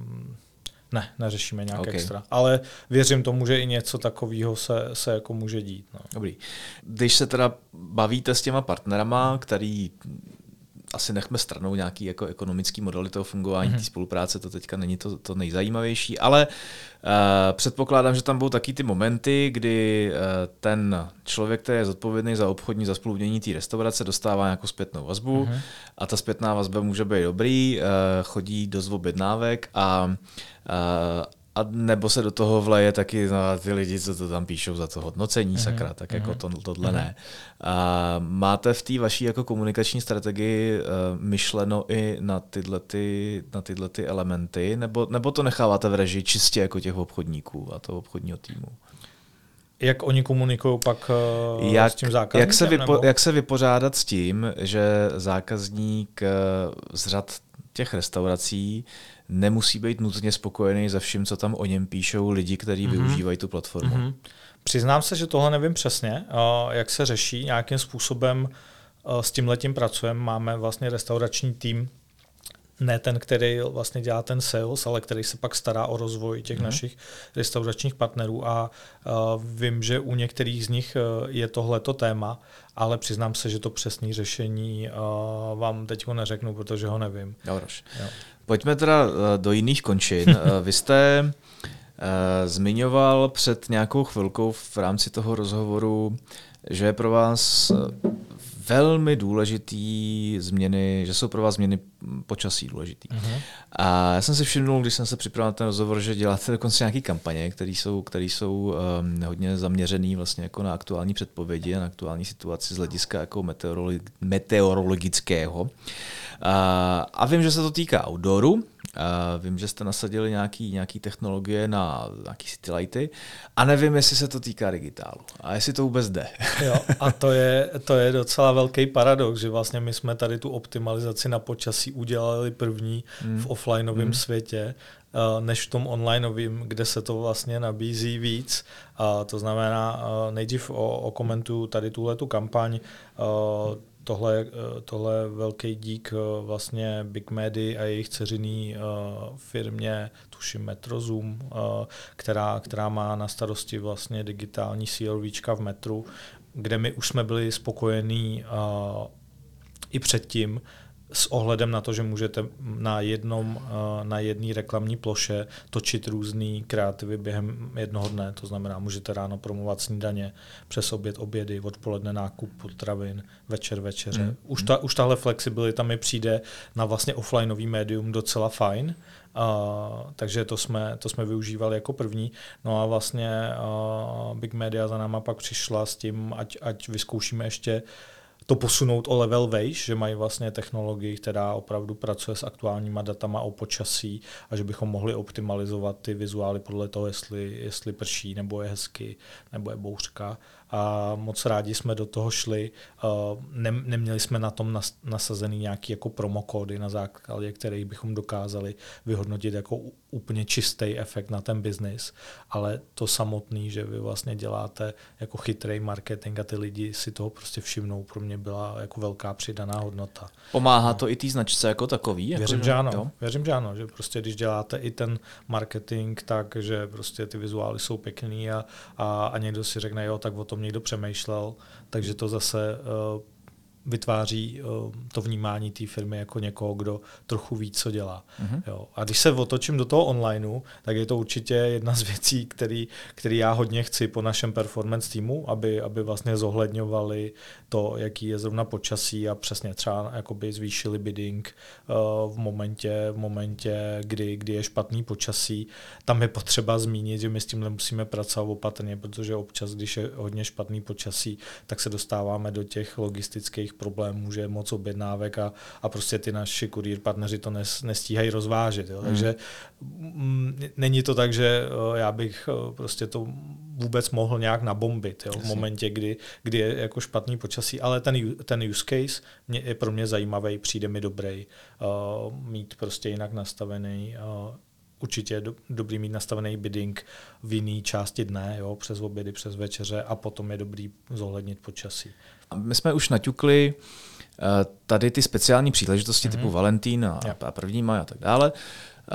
S2: Ne, neřešíme nějak okay. extra. Ale věřím tomu, že i něco takového se, se jako může dít. No.
S1: Dobrý. Když se teda bavíte s těma partnerama, který asi nechme stranou nějaký jako ekonomický modely toho fungování, mm-hmm. té spolupráce, to teďka není to, to nejzajímavější, ale uh, předpokládám, že tam budou taky ty momenty, kdy uh, ten člověk, který je zodpovědný za obchodní zaspluvění té restaurace, dostává nějakou zpětnou vazbu mm-hmm. a ta zpětná vazba může být dobrý, uh, chodí dost objednávek a uh, a nebo se do toho vleje taky na ty lidi, co to tam píšou za to hodnocení, mm-hmm. sakra, tak mm-hmm. jako to, tohle mm-hmm. ne. A máte v té vaší jako komunikační strategii uh, myšleno i na tyhle, ty, na tyhle ty elementy, nebo, nebo to necháváte v režii čistě jako těch obchodníků a toho obchodního týmu?
S2: Jak oni komunikují pak uh,
S1: jak,
S2: s tím zákazníkem?
S1: Jak se, vypo, jak se vypořádat s tím, že zákazník uh, z řad těch restaurací nemusí být nutně spokojený za vším, co tam o něm píšou lidi, kteří mm-hmm. využívají tu platformu. Mm-hmm.
S2: Přiznám se, že tohle nevím přesně, jak se řeší. Nějakým způsobem s tímhletím pracujeme. Máme vlastně restaurační tým, ne ten, který vlastně dělá ten sales, ale který se pak stará o rozvoj těch mm-hmm. našich restauračních partnerů a uh, vím, že u některých z nich uh, je tohleto téma, ale přiznám se, že to přesné řešení uh, vám teď neřeknu, protože ho nevím.
S1: Dobroš. Pojďme teda uh, do jiných končin. uh, vy jste uh, zmiňoval před nějakou chvilkou v rámci toho rozhovoru, že je pro vás uh, velmi důležitý změny, že jsou pro vás změny počasí důležitý. Uh-huh. A já jsem si všimnul, když jsem se připravil na ten rozhovor, že děláte dokonce nějaké kampaně, které jsou, které jsou um, hodně zaměřené vlastně jako na aktuální předpovědi, na aktuální situaci z hlediska jako meteorologi- meteorologického. A, a vím, že se to týká outdooru. A vím, že jste nasadili nějaký, nějaký technologie na nějaký city lighty a nevím, jestli se to týká digitálu a jestli to vůbec jde.
S2: Jo, a to je, to je docela velký paradox, že vlastně my jsme tady tu optimalizaci na počasí udělali první hmm. v offlineovém hmm. světě, než v tom onlineovém, kde se to vlastně nabízí víc. A to znamená, nejdřív okomentuju tady tuhletu kampaň. Tohle, tohle je velký dík vlastně Big Medy a jejich dceřiný uh, firmě, tuším Metrozoom, uh, která, která má na starosti vlastně digitální CRVčka v metru. kde my už jsme byli spokojení uh, i předtím, s ohledem na to, že můžete na jednom, na jedné reklamní ploše točit různý kreativy během jednoho dne. To znamená, můžete ráno promovat snídaně, přes oběd obědy, odpoledne nákup potravin, večer večeře. Mm. Už, ta, už tahle flexibilita mi přijde na vlastně offlineový médium docela fajn. Uh, takže to jsme, to jsme využívali jako první. No a vlastně uh, Big Media za náma pak přišla s tím, ať, ať vyzkoušíme ještě to posunout o level vejš, že mají vlastně technologii, která opravdu pracuje s aktuálníma datama o počasí a že bychom mohli optimalizovat ty vizuály podle toho, jestli, jestli prší, nebo je hezky, nebo je bouřka. A moc rádi jsme do toho šli. Nem, neměli jsme na tom nas, nasazený nějaký jako promokódy, na základě kterých bychom dokázali vyhodnotit jako úplně čistý efekt na ten biznis, ale to samotný, že vy vlastně děláte jako chytrý marketing a ty lidi si toho prostě všimnou, pro mě byla jako velká přidaná hodnota.
S1: Pomáhá to i té značce jako takový?
S2: Věřím,
S1: jako,
S2: že ano.
S1: Jo?
S2: Věřím, že ano, že prostě když děláte i ten marketing tak, že prostě ty vizuály jsou pěkný a, a, a někdo si řekne, jo, tak o tom někdo přemýšlel, takže to zase uh, vytváří uh, to vnímání té firmy jako někoho, kdo trochu ví, co dělá. Mm-hmm. Jo. A když se otočím do toho onlineu, tak je to určitě jedna z věcí, který, který já hodně chci po našem performance týmu, aby, aby vlastně zohledňovali to, jaký je zrovna počasí a přesně třeba jakoby zvýšili bidding uh, v momentě, v momentě kdy, kdy je špatný počasí. Tam je potřeba zmínit, že my s tímhle musíme pracovat opatrně, protože občas, když je hodně špatný počasí, tak se dostáváme do těch logistických problémů, že je moc objednávek a, a prostě ty naši kurýr partneři to nes, nestíhají rozvážet. Jo. Hmm. Takže m, není to tak, že o, já bych o, prostě to vůbec mohl nějak nabombit, jo, v momentě, kdy, kdy je jako špatný počasí, ale ten, ten use case mě, je pro mě zajímavý, přijde mi dobrý, o, mít prostě jinak nastavený o, určitě je do, dobrý mít nastavený bidding v jiné části dne, jo, přes obědy, přes večeře a potom je dobrý zohlednit počasí.
S1: My jsme už naťukli uh, tady ty speciální příležitosti mm-hmm. typu Valentín a, yeah. a první maj a tak dále. Uh,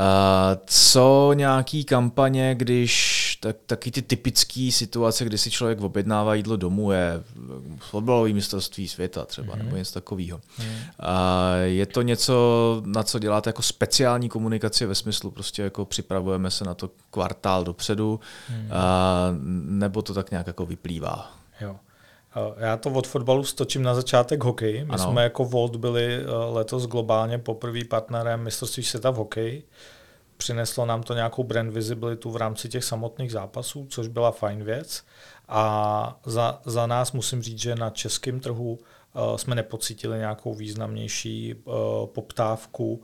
S1: co nějaký kampaně, když tak, taky ty typické situace, kdy si člověk objednává jídlo domů, je fotbalové mistrovství světa třeba, mm-hmm. nebo něco takového. Mm-hmm. Uh, je to něco, na co děláte jako speciální komunikaci ve smyslu, prostě jako připravujeme se na to kvartál dopředu, mm-hmm. uh, nebo to tak nějak jako vyplývá?
S2: Jo. Já to od fotbalu stočím na začátek hokej. My ano. jsme jako Volt byli letos globálně poprvý partnerem mistrovství světa v hokeji. Přineslo nám to nějakou brand visibilitu v rámci těch samotných zápasů, což byla fajn věc. A za, za nás musím říct, že na českém trhu uh, jsme nepocítili nějakou významnější uh, poptávku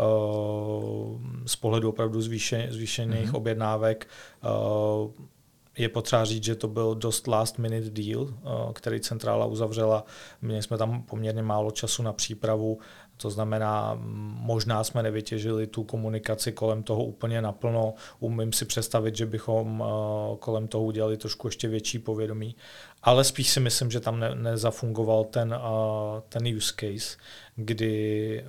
S2: uh, z pohledu opravdu zvýšen, zvýšených mm-hmm. objednávek. Uh, Je potřeba říct, že to byl dost last minute deal, který centrála uzavřela. Měli jsme tam poměrně málo času na přípravu, to znamená, možná jsme nevytěžili tu komunikaci kolem toho úplně naplno. Umím si představit, že bychom kolem toho udělali trošku ještě větší povědomí, ale spíš si myslím, že tam ne, nezafungoval ten, ten use case, kdy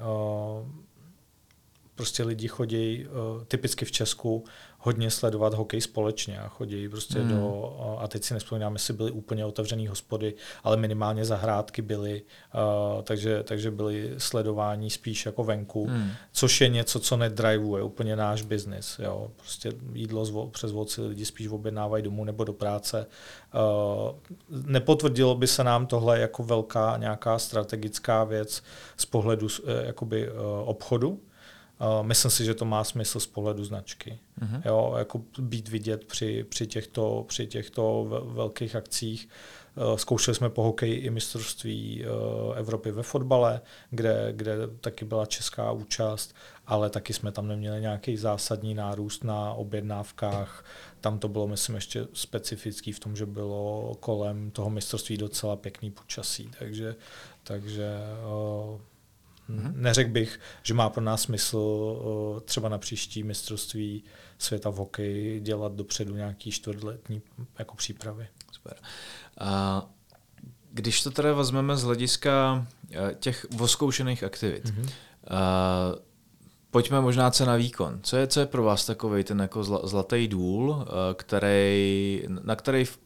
S2: prostě lidi chodí typicky v Česku hodně sledovat hokej společně a chodí prostě mm. do, a teď si nevzpomínám, jestli byly úplně otevřený hospody, ale minimálně zahrádky byly, uh, takže, takže byly sledování spíš jako venku, mm. což je něco, co nedrivuje úplně náš biznis. Jo. Prostě jídlo zvo, přes voci lidi spíš objednávají domů nebo do práce. Uh, nepotvrdilo by se nám tohle jako velká nějaká strategická věc z pohledu uh, jakoby, uh, obchodu. Uh, myslím si, že to má smysl z pohledu značky. Uh-huh. Jo, jako být vidět při, při, těchto, při těchto velkých akcích. Uh, zkoušeli jsme po hokeji i mistrovství uh, Evropy ve fotbale, kde, kde taky byla česká účast, ale taky jsme tam neměli nějaký zásadní nárůst na objednávkách. Tam to bylo, myslím, ještě specifický v tom, že bylo kolem toho mistrovství docela pěkný počasí. Takže, takže uh, Mm-hmm. Neřekl bych, že má pro nás smysl uh, třeba na příští mistrovství světa v hokeji dělat dopředu nějaký čtvrtletní jako přípravy.
S1: Super. A když to teda vezmeme z hlediska těch oskoušených aktivit, mm-hmm. a pojďme možná co na výkon. Co je, co je pro vás takovej ten jako zlatý důl, který, na který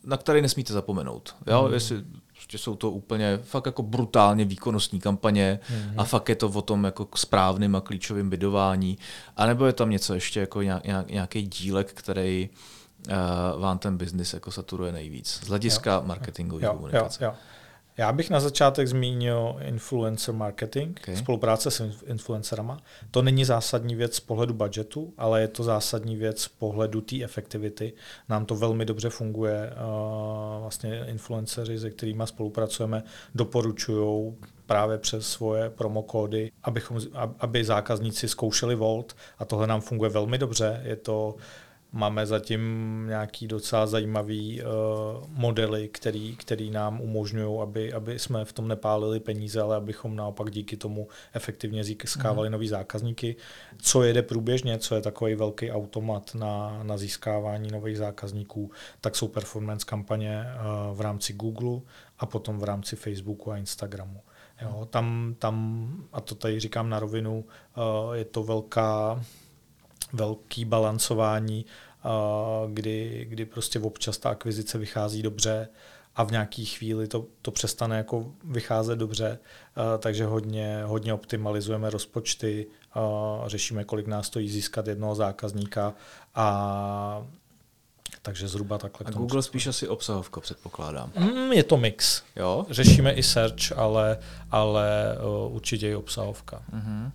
S1: na který nesmíte zapomenout. Jo?
S2: Hmm.
S1: Jestli prostě jsou to úplně fakt jako brutálně výkonnostní kampaně hmm. a fakt je to o tom jako správným a klíčovým bidování. A nebo je tam něco ještě jako nějaký dílek, který uh, vám ten biznis jako saturuje nejvíc. Z hlediska marketingové komunikace.
S2: Jo, jo. Já bych na začátek zmínil influencer marketing, okay. spolupráce s influencerama. To není zásadní věc z pohledu budgetu, ale je to zásadní věc z pohledu té efektivity. Nám to velmi dobře funguje. Vlastně influenceři, se kterými spolupracujeme, doporučují právě přes svoje promokódy, abychom, aby zákazníci zkoušeli Volt a tohle nám funguje velmi dobře. Je to Máme zatím nějaký docela zajímavý uh, modely, který, který nám umožňují, aby, aby jsme v tom nepálili peníze, ale abychom naopak díky tomu efektivně získávali mm. nový zákazníky. Co jede průběžně, co je takový velký automat na, na získávání nových zákazníků, tak jsou performance kampaně uh, v rámci Google a potom v rámci Facebooku a Instagramu. Jo, tam, tam, a to tady říkám na rovinu, uh, je to velká velký balancování, kdy, kdy prostě občas ta akvizice vychází dobře a v nějaký chvíli to, to přestane jako vycházet dobře, takže hodně, hodně optimalizujeme rozpočty, řešíme, kolik nás stojí získat jednoho zákazníka a takže zhruba takhle.
S1: A Google spíš asi obsahovka, předpokládám.
S2: Mm, je to mix.
S1: Jo?
S2: Řešíme i search, ale, ale uh, určitě i obsahovka.
S1: Mm-hmm.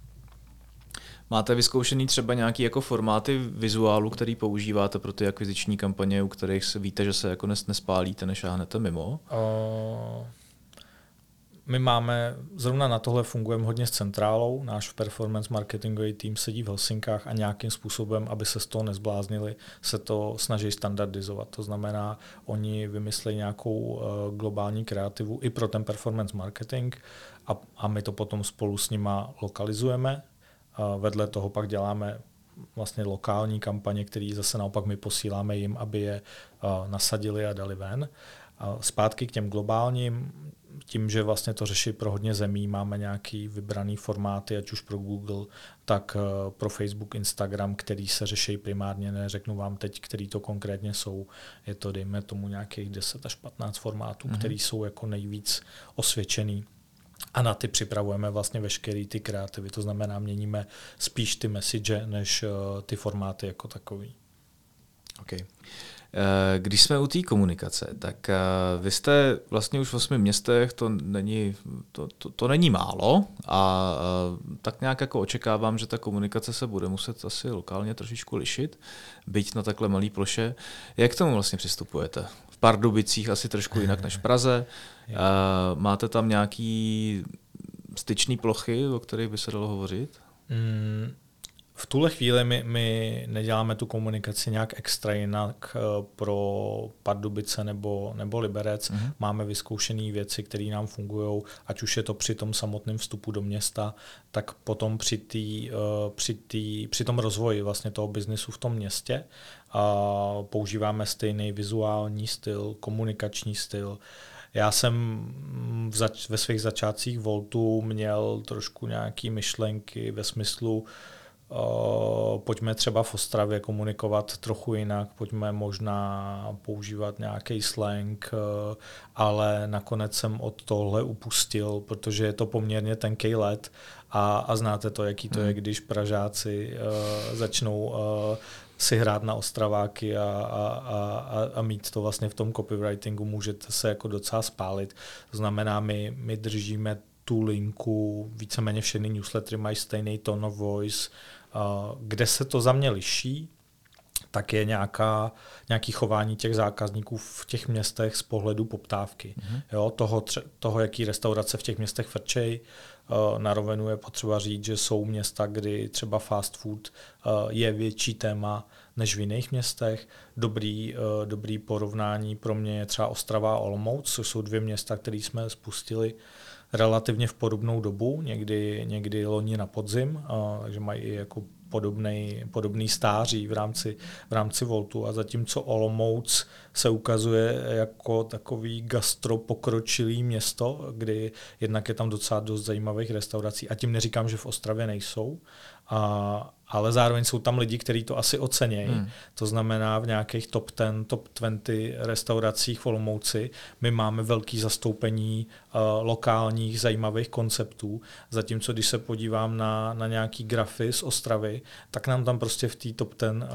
S1: Máte vyzkoušený třeba nějaký jako formáty vizuálu, který používáte pro ty akviziční kampaně, u kterých se víte, že se jako nespálíte, nešáhnete mimo?
S2: Uh, my máme, zrovna na tohle fungujeme hodně s centrálou, náš performance marketingový tým sedí v Helsinkách a nějakým způsobem, aby se z toho nezbláznili, se to snaží standardizovat. To znamená, oni vymyslí nějakou uh, globální kreativu i pro ten performance marketing a, a my to potom spolu s nima lokalizujeme. Vedle toho pak děláme vlastně lokální kampaně, které zase naopak my posíláme jim, aby je nasadili a dali ven. Zpátky k těm globálním, tím, že vlastně to řeší pro hodně zemí, máme nějaký vybraný formáty, ať už pro Google, tak pro Facebook, Instagram, který se řeší primárně, neřeknu vám teď, který to konkrétně jsou. Je to, dejme tomu, nějakých deset až patnáct formátů, mm-hmm. který jsou jako nejvíc osvědčený. A na ty připravujeme vlastně veškerý ty kreativy, to znamená, měníme spíš ty message, než uh, ty formáty jako takový.
S1: Okay. Když jsme u té komunikace, tak vy jste vlastně už v osmi městech, to není, to, to, to není málo a tak nějak jako očekávám, že ta komunikace se bude muset asi lokálně trošičku lišit, byť na takhle malý ploše. Jak k tomu vlastně přistupujete? V Pardubicích asi trošku jinak než v Praze. Máte tam nějaký styčný plochy, o kterých by se dalo hovořit?
S2: Mm. V tuhle chvíli my, my neděláme tu komunikaci nějak extra jinak pro Pardubice nebo, nebo Liberec. Mm-hmm. Máme vyzkoušené věci, které nám fungují, ať už je to při tom samotném vstupu do města, tak potom při, tý, při, tý, při tom rozvoji vlastně toho biznisu v tom městě. A používáme stejný vizuální styl, komunikační styl. Já jsem v zač- ve svých začátcích Voltu měl trošku nějaké myšlenky ve smyslu, Uh, pojďme třeba v Ostravě komunikovat trochu jinak, pojďme možná používat nějaký slang, uh, ale nakonec jsem od tohle upustil, protože je to poměrně tenký led a, a znáte to, jaký to je, když Pražáci uh, začnou uh, si hrát na Ostraváky a, a, a, a mít to vlastně v tom copywritingu, můžete se jako docela spálit. To znamená, my, my držíme tu linku, víceméně všechny newslettery mají stejný tone of voice. Kde se to za mě liší, tak je nějaká, nějaký chování těch zákazníků v těch městech z pohledu poptávky. Mm-hmm. Jo, toho, tře- toho, jaký restaurace v těch městech frčej. Na rovinu je potřeba říct, že jsou města, kdy třeba fast food je větší téma než v jiných městech. Dobrý, dobrý porovnání pro mě je třeba Ostrava a Olomouc, což jsou dvě města, které jsme spustili relativně v podobnou dobu, někdy, někdy loni na podzim, a, takže mají i jako podobný, podobný stáří v rámci, v rámci Voltu. A zatímco Olomouc se ukazuje jako takový gastropokročilý město, kdy jednak je tam docela dost zajímavých restaurací, a tím neříkám, že v Ostravě nejsou, a, ale zároveň jsou tam lidi, kteří to asi ocenějí. Hmm. To znamená v nějakých top deset, top dvacet restauracích v Olomouci my máme velké zastoupení uh, lokálních zajímavých konceptů, zatímco když se podívám na, na nějaký grafy z Ostravy, tak nám tam prostě v té top deset uh,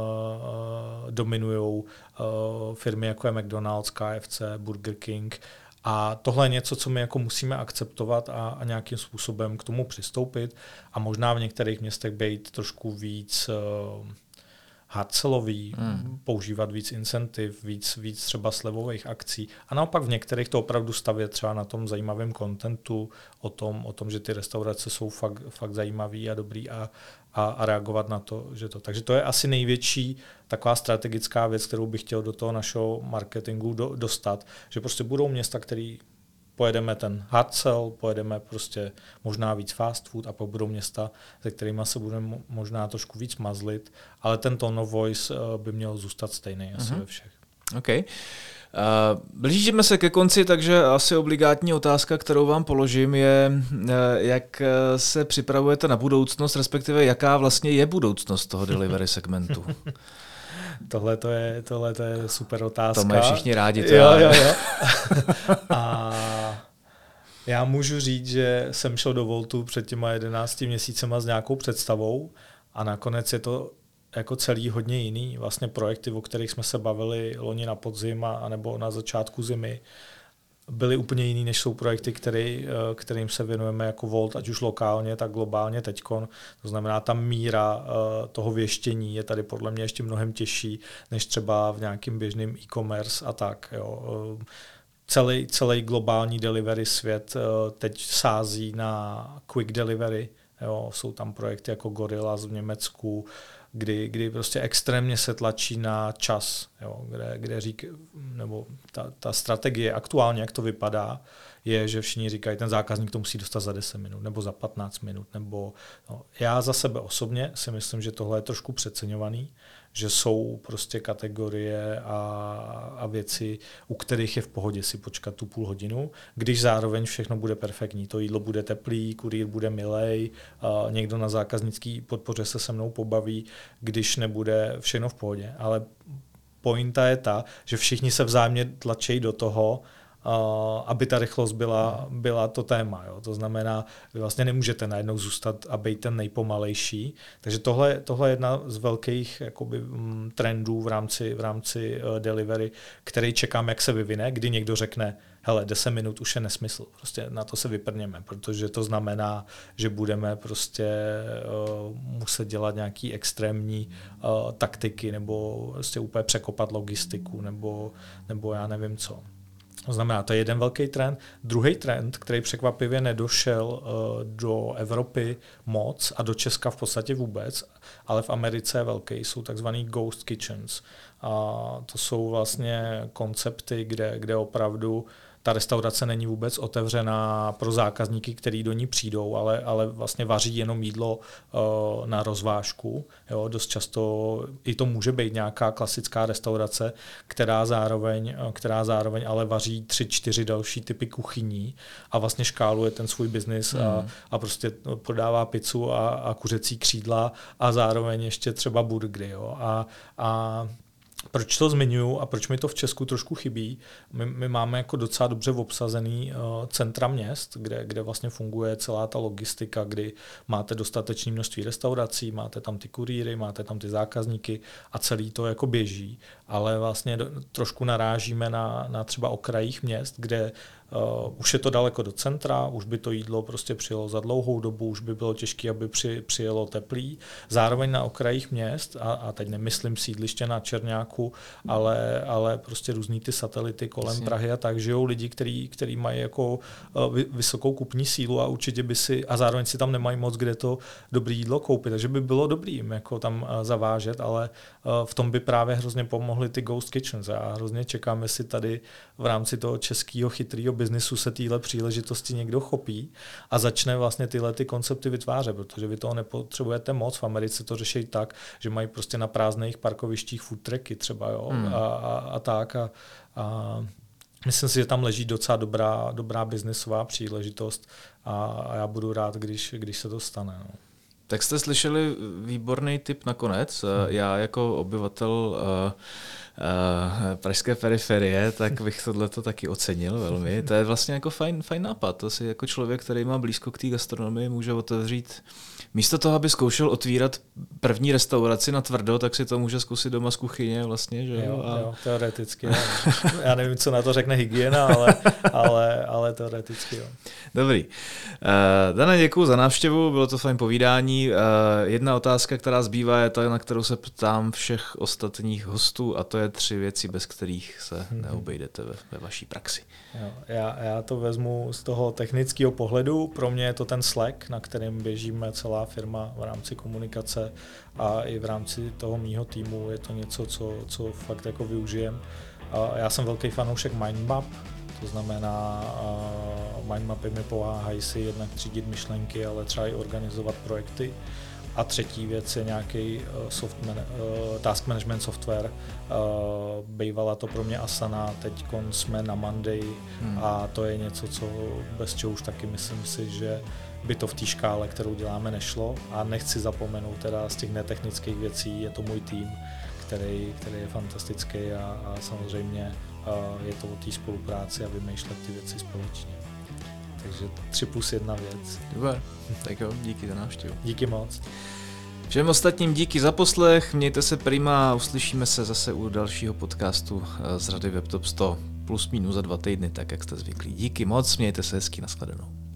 S2: uh, dominujou uh, firmy jako je McDonald's, K F C, Burger King. A tohle je něco, co my jako musíme akceptovat a, a nějakým způsobem k tomu přistoupit a možná v některých městech být trošku víc uh, hardsellový, hmm. používat víc incentiv, víc, víc třeba slevových akcí a naopak v některých to opravdu stavět třeba na tom zajímavém contentu, o tom, o tom, že ty restaurace jsou fakt, fakt zajímavý a dobrý a, a, a reagovat na to, že to. Takže to je asi největší taková strategická věc, kterou bych chtěl do toho našeho marketingu do, dostat, že prostě budou města, který pojedeme ten hard sell, pojedeme prostě možná víc fast food a pak budou města, se kterými se budeme možná trošku víc mazlit, ale ten tone of voice by měl zůstat stejný asi uh-huh. ve všech.
S1: Okay. Uh, blížíme se ke konci, takže asi obligátní otázka, kterou vám položím, je, uh, jak se připravujete na budoucnost, respektive jaká vlastně je budoucnost toho delivery segmentu.
S2: Tohle to je, tohle to je super otázka.
S1: To mají všichni rádi. To
S2: jo, jo, jo. A já můžu říct, že jsem šel do Voltu před těma jedenácti měsícema s nějakou představou a nakonec je to jako celý hodně jiný. Vlastně projekty, o kterých jsme se bavili loni na podzim a nebo na začátku zimy, byly úplně jiný, než jsou projekty, který, kterým se věnujeme jako Volt, ať už lokálně, tak globálně teďkon. To znamená, ta míra toho věštění je tady podle mě ještě mnohem těžší, než třeba v nějakým běžným e-commerce a tak. Jo. Celý, celý globální delivery svět teď sází na quick delivery. Jo. Jsou tam projekty jako Gorilla v Německu, kdy, kdy prostě extrémně se tlačí na čas, jo, kde, kde řík, nebo ta, ta strategie aktuálně, jak to vypadá, je, že všichni říkají, ten zákazník to musí dostat za deset minut, nebo za patnáct minut, nebo no, já za sebe osobně si myslím, že tohle je trošku přeceňovaný, že jsou prostě kategorie a, a věci, u kterých je v pohodě si počkat tu půl hodinu, když zároveň všechno bude perfektní. To jídlo bude teplý, kurýr bude milej, a někdo na zákaznický podpoře se se mnou pobaví, když nebude všechno v pohodě. Ale pointa je ta, že všichni se vzájemně tlačí do toho, Uh, aby ta rychlost byla, byla to téma. Jo. To znamená, vy vlastně nemůžete najednou zůstat a být ten nejpomalejší. Takže tohle, tohle je jedna z velkých jakoby, m, trendů v rámci, v rámci uh, delivery, který čekám, jak se vyvine, kdy někdo řekne, hele, deset minut už je nesmysl. Prostě na to se vyprněme, protože to znamená, že budeme prostě uh, muset dělat nějaký extrémní uh, taktiky nebo prostě úplně překopat logistiku nebo, nebo já nevím co. To znamená, to je jeden velký trend. Druhý trend, který překvapivě nedošel uh, do Evropy moc a do Česka v podstatě vůbec, ale v Americe je velký, jsou takzvaný ghost kitchens. A to jsou vlastně koncepty, kde, kde opravdu ta restaurace není vůbec otevřená pro zákazníky, kteří do ní přijdou, ale, ale vlastně vaří jenom jídlo uh, na rozvážku. Jo, dost často i to může být nějaká klasická restaurace, která zároveň, která zároveň ale vaří tři, čtyři další typy kuchyní a vlastně škáluje ten svůj biznis mm. a, a prostě prodává pizzu a, a kuřecí křídla a zároveň ještě třeba burgery. Jo, a, a proč to zmiňuji a proč mi to v Česku trošku chybí? My, my máme jako docela dobře obsazený uh, centra měst, kde, kde vlastně funguje celá ta logistika, kdy máte dostatečné množství restaurací, máte tam ty kurýry, máte tam ty zákazníky a celý to jako běží. Ale vlastně do, trošku narážíme na, na třeba okrajích měst, kde Uh, už je to daleko do centra, už by to jídlo prostě přijelo za dlouhou dobu, už by bylo těžké, aby při, přijelo teplý. Zároveň na okrajích měst, a, a teď nemyslím sídliště na Čerňáku, ale, ale prostě různý ty satelity kolem Jasně. Prahy a tak, žijou lidi, který, který mají jako uh, vysokou kupní sílu a určitě by si, a zároveň si tam nemají moc kde to dobré jídlo koupit, takže by bylo dobrý jim jako tam uh, zavážet, ale uh, v tom by právě hrozně pomohly ty ghost kitchens. Já hrozně čekám, jestli tady v rámci toho českého chytrého biznisu se téhle příležitosti někdo chopí a začne vlastně tyhle ty koncepty vytvářet, protože vy toho nepotřebujete moc. V Americe to řeší tak, že mají prostě na prázdných parkovištích food trucky třeba jo, hmm. a, a, a tak. A, a myslím si, že tam leží docela dobrá, dobrá biznisová příležitost a, a já budu rád, když, když se to stane. No.
S1: Tak jste slyšeli výborný tip nakonec. Hmm. Já jako obyvatel uh, uh, pražské periferie, tak bych tohleto taky ocenil velmi. To je vlastně jako fajn, fajn nápad. To si jako člověk, který má blízko k té gastronomii, může otevřít. Místo toho, aby zkoušel otvírat první restauraci na tvrdo, tak si to může zkusit doma z kuchyně vlastně. Že?
S2: Jo,
S1: A...
S2: jo, teoreticky. Já nevím, co na to řekne hygiena, ale, ale, ale teoreticky jo.
S1: Dobrý. Uh, Dane, děkuju za návštěvu, bylo to fajn povídání. Uh, jedna otázka, která zbývá, je ta, na kterou se ptám všech ostatních hostů, a to je tři věci, bez kterých se mm-hmm. neobejdete ve, ve vaší praxi.
S2: Jo, já, já to vezmu z toho technického pohledu. Pro mě je to ten Slack, na kterém běžíme celá firma v rámci komunikace a i v rámci toho mýho týmu. Je to něco, co, co fakt jako využijem. A já jsem velký fanoušek Mindmap, to znamená, uh, mindmapy mi pomáhají si jednak třídit myšlenky, ale třeba i organizovat projekty. A třetí věc je nějaký uh, soft man, uh, task management software. Uh, bývala to pro mě Asana, teď jsme na Monday hmm. a to je něco, co bez čeho už taky myslím si, že by to v té škále, kterou děláme, nešlo. A nechci zapomenout teda z těch netechnických věcí, je to můj tým, který, který je fantastický a, a samozřejmě uh, je to o té spolupráci a vymýšlet ty věci společně. Takže tři plus jedna věc.
S1: Super, tak jo, díky za návštěvu.
S2: Díky moc.
S1: Všem ostatním díky za poslech, mějte se prima a uslyšíme se zase u dalšího podcastu z řady WebTop sto plus minus za dva týdny, tak jak jste zvyklí. Díky moc, mějte se hezky, nashledanou.